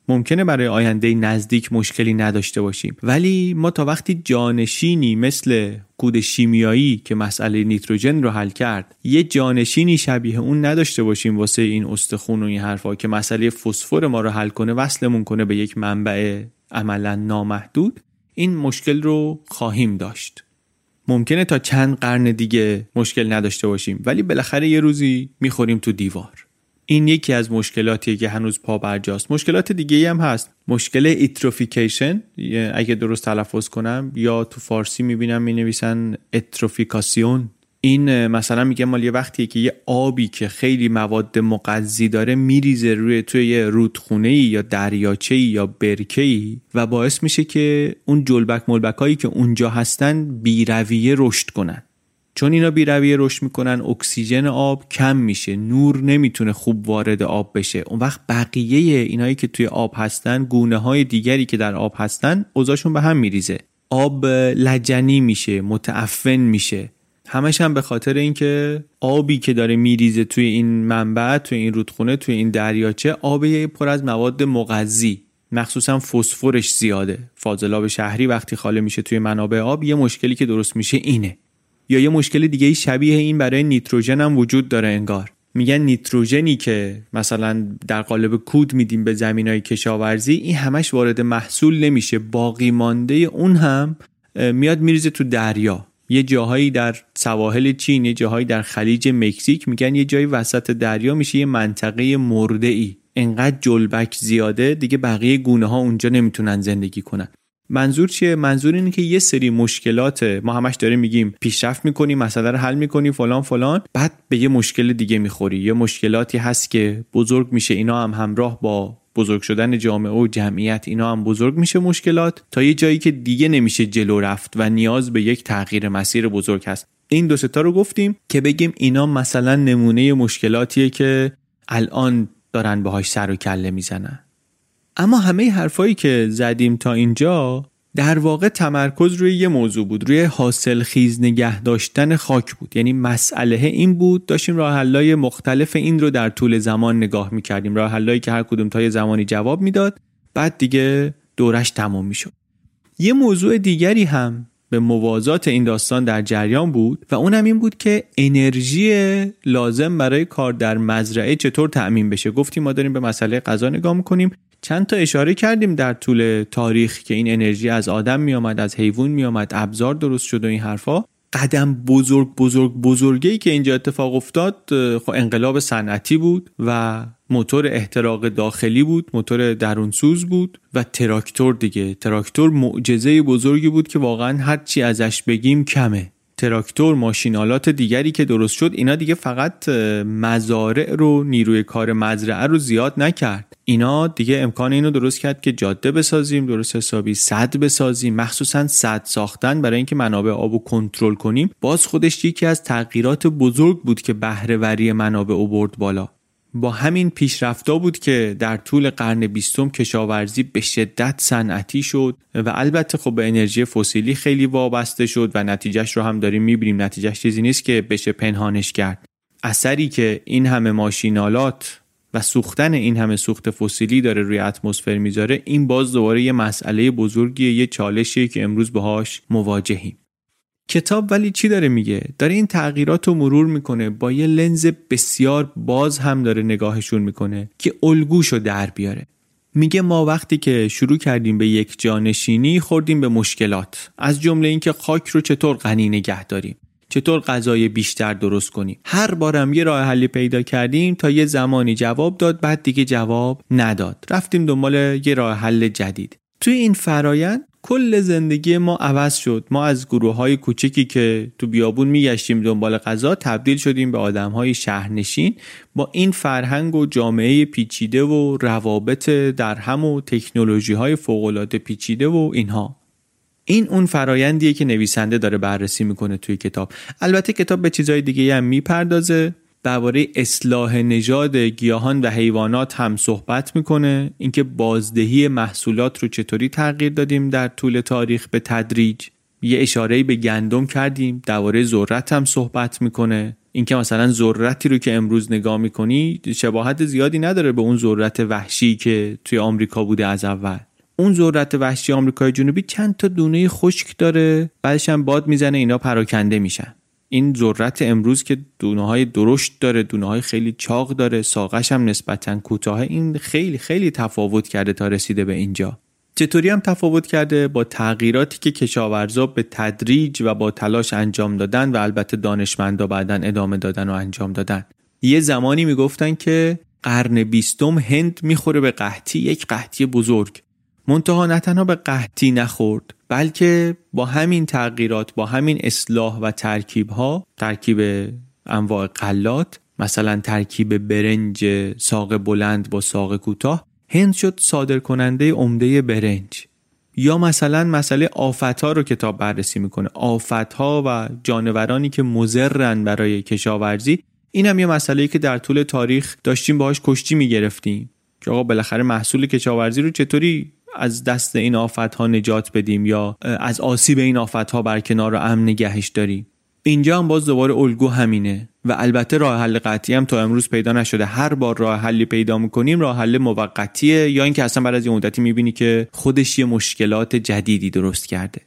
ممکنه برای آینده نزدیک مشکلی نداشته باشیم، ولی ما تا وقتی جانشینی مثل کود شیمیایی که مسئله نیتروژن رو حل کرد، یه جانشینی شبیه اون نداشته باشیم واسه این استخون و این حرفا که مسئله فسفر ما رو حل کنه، وصلمون کنه به یک منبع عملا نامحدود، این مشکل رو خواهیم داشت. ممکنه تا چند قرن دیگه مشکل نداشته باشیم، ولی بالاخره یه روزی میخوریم تو دیوار. این یکی از مشکلاتیه که هنوز پا برجاست. مشکلات دیگه‌ای هم هست. مشکل ایتروفیکیشن، اگه درست تلفظ کنم، یا تو فارسی میبینم مینویسن اتروفیکاسیون. این مثلا میگه مال یه وقتیه که یه آبی که خیلی مواد مغذی داره میریزه توی یه رودخونه‌ای یا دریاچه‌ای یا برکه‌ای و باعث میشه که اون جلبک ملبکایی که اونجا هستن بی‌رویه رشد کنن. چون اینا بی‌رویه رشد میکنن، اکسیژن آب کم میشه، نور نمیتونه خوب وارد آب بشه. اون وقت بقیه اینایی که توی آب هستن، گونه‌های دیگری که در آب هستن، اوضاعشون به هم میریزه. آب لجنی میشه، متعفن میشه. همش هم به خاطر اینکه آبی که داره میریزه توی این منبع، توی این رودخونه، توی این دریاچه، آبی پر از مواد مغذی، مخصوصا فسفرش زیاده. فاضلاب شهری وقتی خاله میشه توی منابع آب، یه مشکلی که درست میشه اینه. یا یه مشکل دیگه شبیه این برای نیتروژن هم وجود داره. انگار میگن نیتروژنی که مثلا در قالب کود میدیم به زمینای کشاورزی، این همش وارد محصول نمیشه، باقی مانده اون هم میاد میریزه تو دریا. یه جاهایی در سواحل چین، یه جاهایی در خلیج مکزیک، میگن یه جایی وسط دریا میشه یه منطقه مرده‌ای. انقدر جلبک زیاده دیگه بقیه گونه ها اونجا نمیتونن زندگی کنن. منظور چیه؟ منظور اینه که یه سری مشکلات ما همش داریم میگیم پیشرفت میکنیم، مسئله رو حل میکنیم، فلان فلان، بعد به یه مشکل دیگه میخوری. یه مشکلاتی هست که بزرگ میشه، اینا هم همراه با بزرگ شدن جامعه و جمعیت اینا هم بزرگ میشه مشکلات، تا یه جایی که دیگه نمیشه جلو رفت و نیاز به یک تغییر مسیر بزرگ هست. این دو ستا رو گفتیم که بگیم اینا مثلا نمونه مشکلاتیه که الان دارن باهاش سر و کله میزنن. اما همه حرفایی که زدیم تا اینجا در واقع تمرکز روی یه موضوع بود، روی حاصل خیز نگه داشتن خاک بود. یعنی مسئله این بود، داشتیم راه حل‌های مختلف این رو در طول زمان نگاه می‌کردیم، راه حل‌هایی که هر کدوم تا یه زمانی جواب میداد، بعد دیگه دورش تمام میشد. یه موضوع دیگری هم به موازات این داستان در جریان بود و اونم این بود که انرژی لازم برای کار در مزرعه چطور تأمین بشه. گفتیم ما داریم به مسئله غذا نگاه می‌کنیم، چند تا اشاره کردیم در طول تاریخ که این انرژی از آدم می آمد، از حیوان می آمد، ابزار درست شد و این حرفا. قدم بزرگی که اینجا اتفاق افتاد، خب انقلاب صنعتی بود و موتور احتراق داخلی بود، موتور درونسوز بود و تراکتور دیگه. تراکتور معجزه بزرگی بود که واقعا هر چی ازش بگیم کمه. تراکتور، ماشینالات دیگری که درست شد، اینا دیگه فقط مزارع رو، نیروی کار مزرعه رو زیاد نکرد، اینا دیگه امکان اینو درست کرد که جاده بسازیم، درست حسابی سد بسازیم. مخصوصا سد ساختن برای اینکه منابع آبو کنترل کنیم، باز خودش یکی از تغییرات بزرگ بود که بهره وری منابع برد بالا. با همین پیشرفتا بود که در طول قرن 20 کشاورزی به شدت صنعتی شد و البته خب به انرژی فسیلی خیلی وابسته شد و نتیجهش رو هم داریم میبینیم. نتیجهش چیزی نیست که بشه پنهانش کرد. اثری که این همه ماشینالات و سوختن این همه سوخت فسیلی داره روی اتمسفر میذاره، این باز دوباره یه مسئله بزرگیه، یه چالشیه که امروز باهاش مواجهیم. کتاب ولی چی داره میگه؟ داره این تغییرات رو مرور میکنه، با یه لنز بسیار باز هم داره نگاهشون میکنه که الگوشو در بیاره. میگه ما وقتی که شروع کردیم به یک جانشینی خوردیم به مشکلات، از جمله این که خاک رو چطور غنی نگه داریم، چطور غذای بیشتر درست کنیم. هر بارم یه راه حلی پیدا کردیم تا یه زمانی جواب داد، بعد دیگه جواب نداد، رفتیم دنبال یه راه حل جدید. توی این فرایند کل زندگی ما عوض شد. ما از گروه‌های کوچیکی که تو بیابون میگشتیم دنبال غذا تبدیل شدیم به آدم‌های شهرنشین با این فرهنگ و جامعه پیچیده و روابط در هم و تکنولوژی‌های فوق‌العاده پیچیده و اینها. این اون فرایندیه که نویسنده داره بررسی میکنه توی کتاب. البته کتاب به چیزهای دیگه هم میپردازه، درباره اصلاح نژاد گیاهان و حیوانات هم صحبت میکنه، اینکه بازدهی محصولات رو چطوری تغییر دادیم در طول تاریخ به تدریج. یه اشاره‌ای به گندم کردیم، درباره ذرت هم صحبت میکنه، اینکه مثلا ذرتی رو که امروز نگاه میکنی شباهت زیادی نداره به اون ذرت وحشی که توی آمریکا بوده از اول. اون ذرت وحشی آمریکای جنوبی چند تا دونه خشک داره، بعدش هم باد میزنه اینا پراکنده میشن. این ذرت امروز که دونه‌های درشت داره، دونه‌های خیلی چاق داره، ساقش هم نسبتاً کوتاه، این خیلی خیلی تفاوت کرده تا رسیده به اینجا. چطوری هم تفاوت کرده؟ با تغییراتی که کشاورزا به تدریج و با تلاش انجام دادن و البته دانشمندا بعداً ادامه دادن و انجام دادن. یه زمانی میگفتن که قرن 20 هند میخوره به قحطی، یک قحطی بزرگ. منتها نه تنها به قحطی نخورد، بلکه با همین تغییرات، با همین اصلاح و ترکیب‌ها، ترکیب انواع غلات، مثلا ترکیب برنج ساق بلند با ساق کوتاه، هند شد صادرکننده عمده برنج. یا مثلا مسئله آفت‌ها رو کتاب بررسی میکنه، آفت‌ها و جانورانی که مضرن برای کشاورزی. این هم یه مسئله‌ای که در طول تاریخ داشتیم باهاش کشتی میگرفتیم که آقا بالاخره محصول کشاورزی رو چطوری از دست این آفت‌ها نجات بدیم یا از آسیب این آفت‌ها برکنار و امن نگهش داریم. اینجا هم باز دوباره الگو همینه و البته راه حل قطعی هم تا امروز پیدا نشده. هر بار راه حلی پیدا می‌کنیم راه حل موقتیه یا اینکه اصلا بعد از یه مدتی می‌بینی که خودش یه مشکلات جدیدی درست کرده.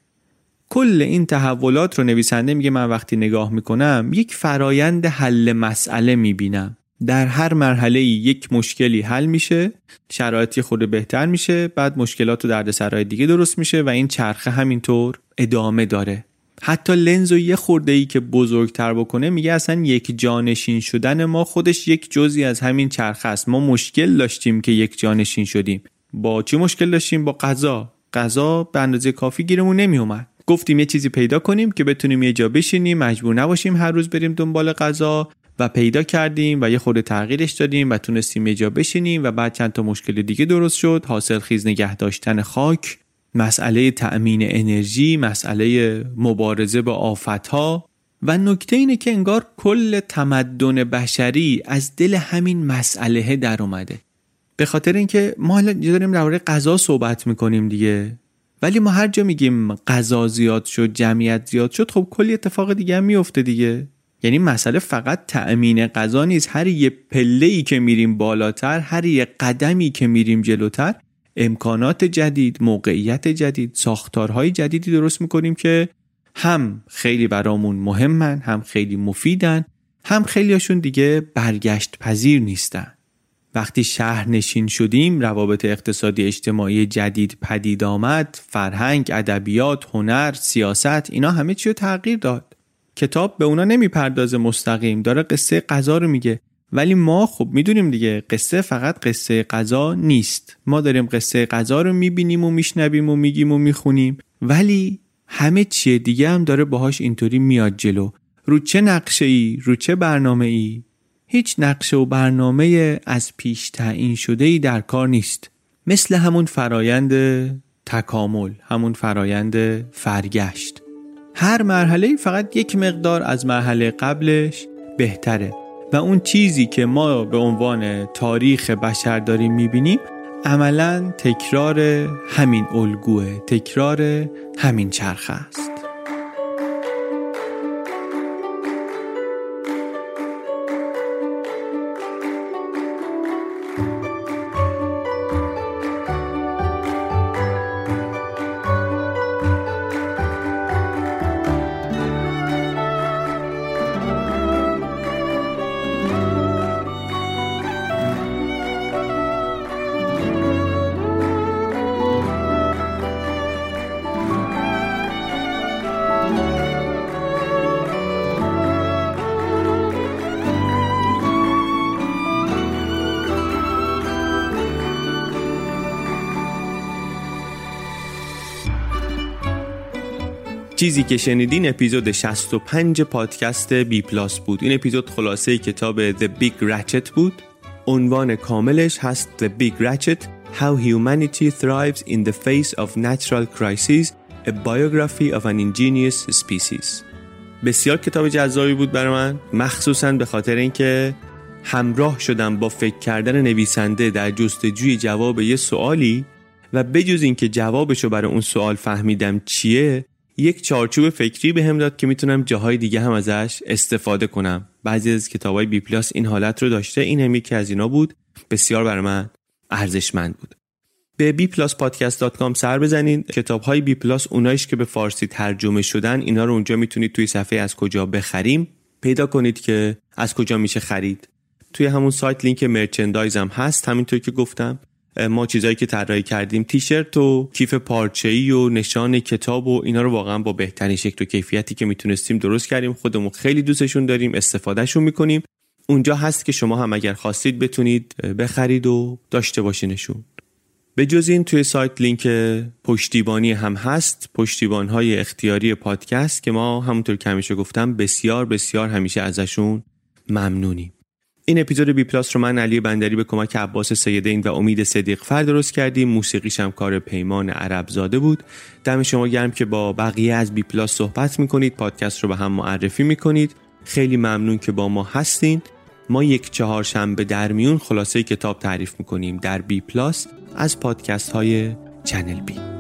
کل این تحولات رو نویسنده میگه من وقتی نگاه می‌کنم یک فرایند حل مسئله می‌بینم. در هر مرحله یک مشکلی حل میشه، شرایطی خود بهتر میشه، بعد مشکلات و دردسرای دیگه درست میشه و این چرخه همینطور ادامه داره. حتی لنز رو یه خورده‌ای که بزرگتر بکنه میگه اصلا یک جانشین شدن ما خودش یک جزئی از همین چرخه است. ما مشکل داشتیم که یک جانشین شدیم. با چی مشکل داشتیم؟ با غذا به اندازه کافی گیرمون نمیومد. گفتیم یه چیزی پیدا کنیم که بتونیم یه جا بشینیم، مجبور نباشیم هر روز بریم دنبال غذا و پیدا کردیم و یه خورده تغییرش دادیم و تونستیم یه جا بشینیم و بعد چند تا مشکل دیگه درست شد. حاصل خیز نگه داشتن خاک، مسئله تأمین انرژی، مسئله مبارزه با آفت‌ها. و نکته اینه که انگار کل تمدن بشری از دل همین مسئله در اومده. به خاطر اینکه ما حالا داریم درباره غذا صحبت میکنیم دیگه، ولی ما هر جا میگیم غذا زیاد شد، جمعیت زیاد شد، خب کلی اتفاق دیگه هم میفته دیگه. یعنی مسئله فقط تأمین غذا نیست. هر یه پله‌ای که میریم بالاتر، هر یه قدمی که میریم جلوتر، امکانات جدید، موقعیت جدید، ساختارهای جدیدی درست میکنیم که هم خیلی برامون مهمن، هم خیلی مفیدن، هم خیلیاشون دیگه برگشت پذیر نیستن. وقتی شهر نشین شدیم، روابط اقتصادی اجتماعی جدید پدید آمد، فرهنگ، ادبیات، هنر، سیاست، اینا همه چی رو تغییر داد. کتاب به اونا نمیپردازه مستقیم، داره قصه غذا رو میگه، ولی ما خب میدونیم دیگه قصه فقط قصه غذا نیست. ما داریم قصه غذا رو میبینیم و میشنویم و میگیم و میخونیم، ولی همه چیه دیگه هم داره باهاش اینطوری میاد جلو. رو چه نقشه‌ای، رو چه برنامه‌ای؟ هیچ نقشه و برنامه از پیش تعیین شده‌ای در کار نیست. مثل همون فرایند تکامل، همون فرایند فرگشت. هر مرحله فقط یک مقدار از مرحله قبلش بهتره و اون چیزی که ما به عنوان تاریخ بشر داریم میبینیم عملاً تکرار همین الگوه، تکرار همین چرخه است. چیزی که شنیدین اپیزود 65 پادکست بی پلاس بود. این اپیزود خلاصه کتاب The Big Ratchet بود. عنوان کاملش هست The Big Ratchet: How Humanity Thrives in the Face of Natural Crises, A Biography of an Ingenious Species. بسیار کتاب جذابی بود برای من، مخصوصاً به خاطر اینکه همراه شدم با فکر کردن نویسنده در جستجوی جواب یه سوالی و بجز اینکه جوابشو برای اون سوال فهمیدم چیه، یک چارچوب فکری بهم داد که میتونم جاهای دیگه هم ازش استفاده کنم. بعضی از کتابای بی پلاس این حالت رو داشته، این هم یکی از اینا بود. بسیار برای من ارزشمند بود. به bpluspodcast.com سر بزنین. کتاب‌های بی پلاس اونایش که به فارسی ترجمه شدن، اینا رو اونجا میتونید توی صفحه از کجا بخریم پیدا کنید که از کجا میشه خرید. توی همون سایت لینک مرچندایز هم هست. همینطور که گفتم ما چیزایی که طراحی کردیم، تیشرت و کیف پارچه‌ای و نشان کتاب و اینا رو واقعا با بهترین شکل و کیفیتی که میتونستیم درست کردیم. خودمون خیلی دوستشون داریم، استفادهشون میکنیم. اونجا هست که شما هم اگر خواستید بتونید بخرید و داشته باشینشون. به جز این توی سایت لینک پشتیبانی هم هست، پشتیبان‌های اختیاری پادکست که ما همونطور که همیشه گفتم بسیار بسیار همیشه ازشون ممنونیم. این اپیزود بی پلاس رو من علی بندری به کمک عباس سیدین و امید صدیقفر درست کردیم. موسیقیش هم کار پیمان عربزاده بود. دم شما گرم که با بقیه از بی پلاس صحبت میکنید، پادکست رو به هم معرفی میکنید. خیلی ممنون که با ما هستین. ما یک چهارشنبه در میون خلاصه کتاب تعریف میکنیم در بی پلاس از پادکست های چنل بی.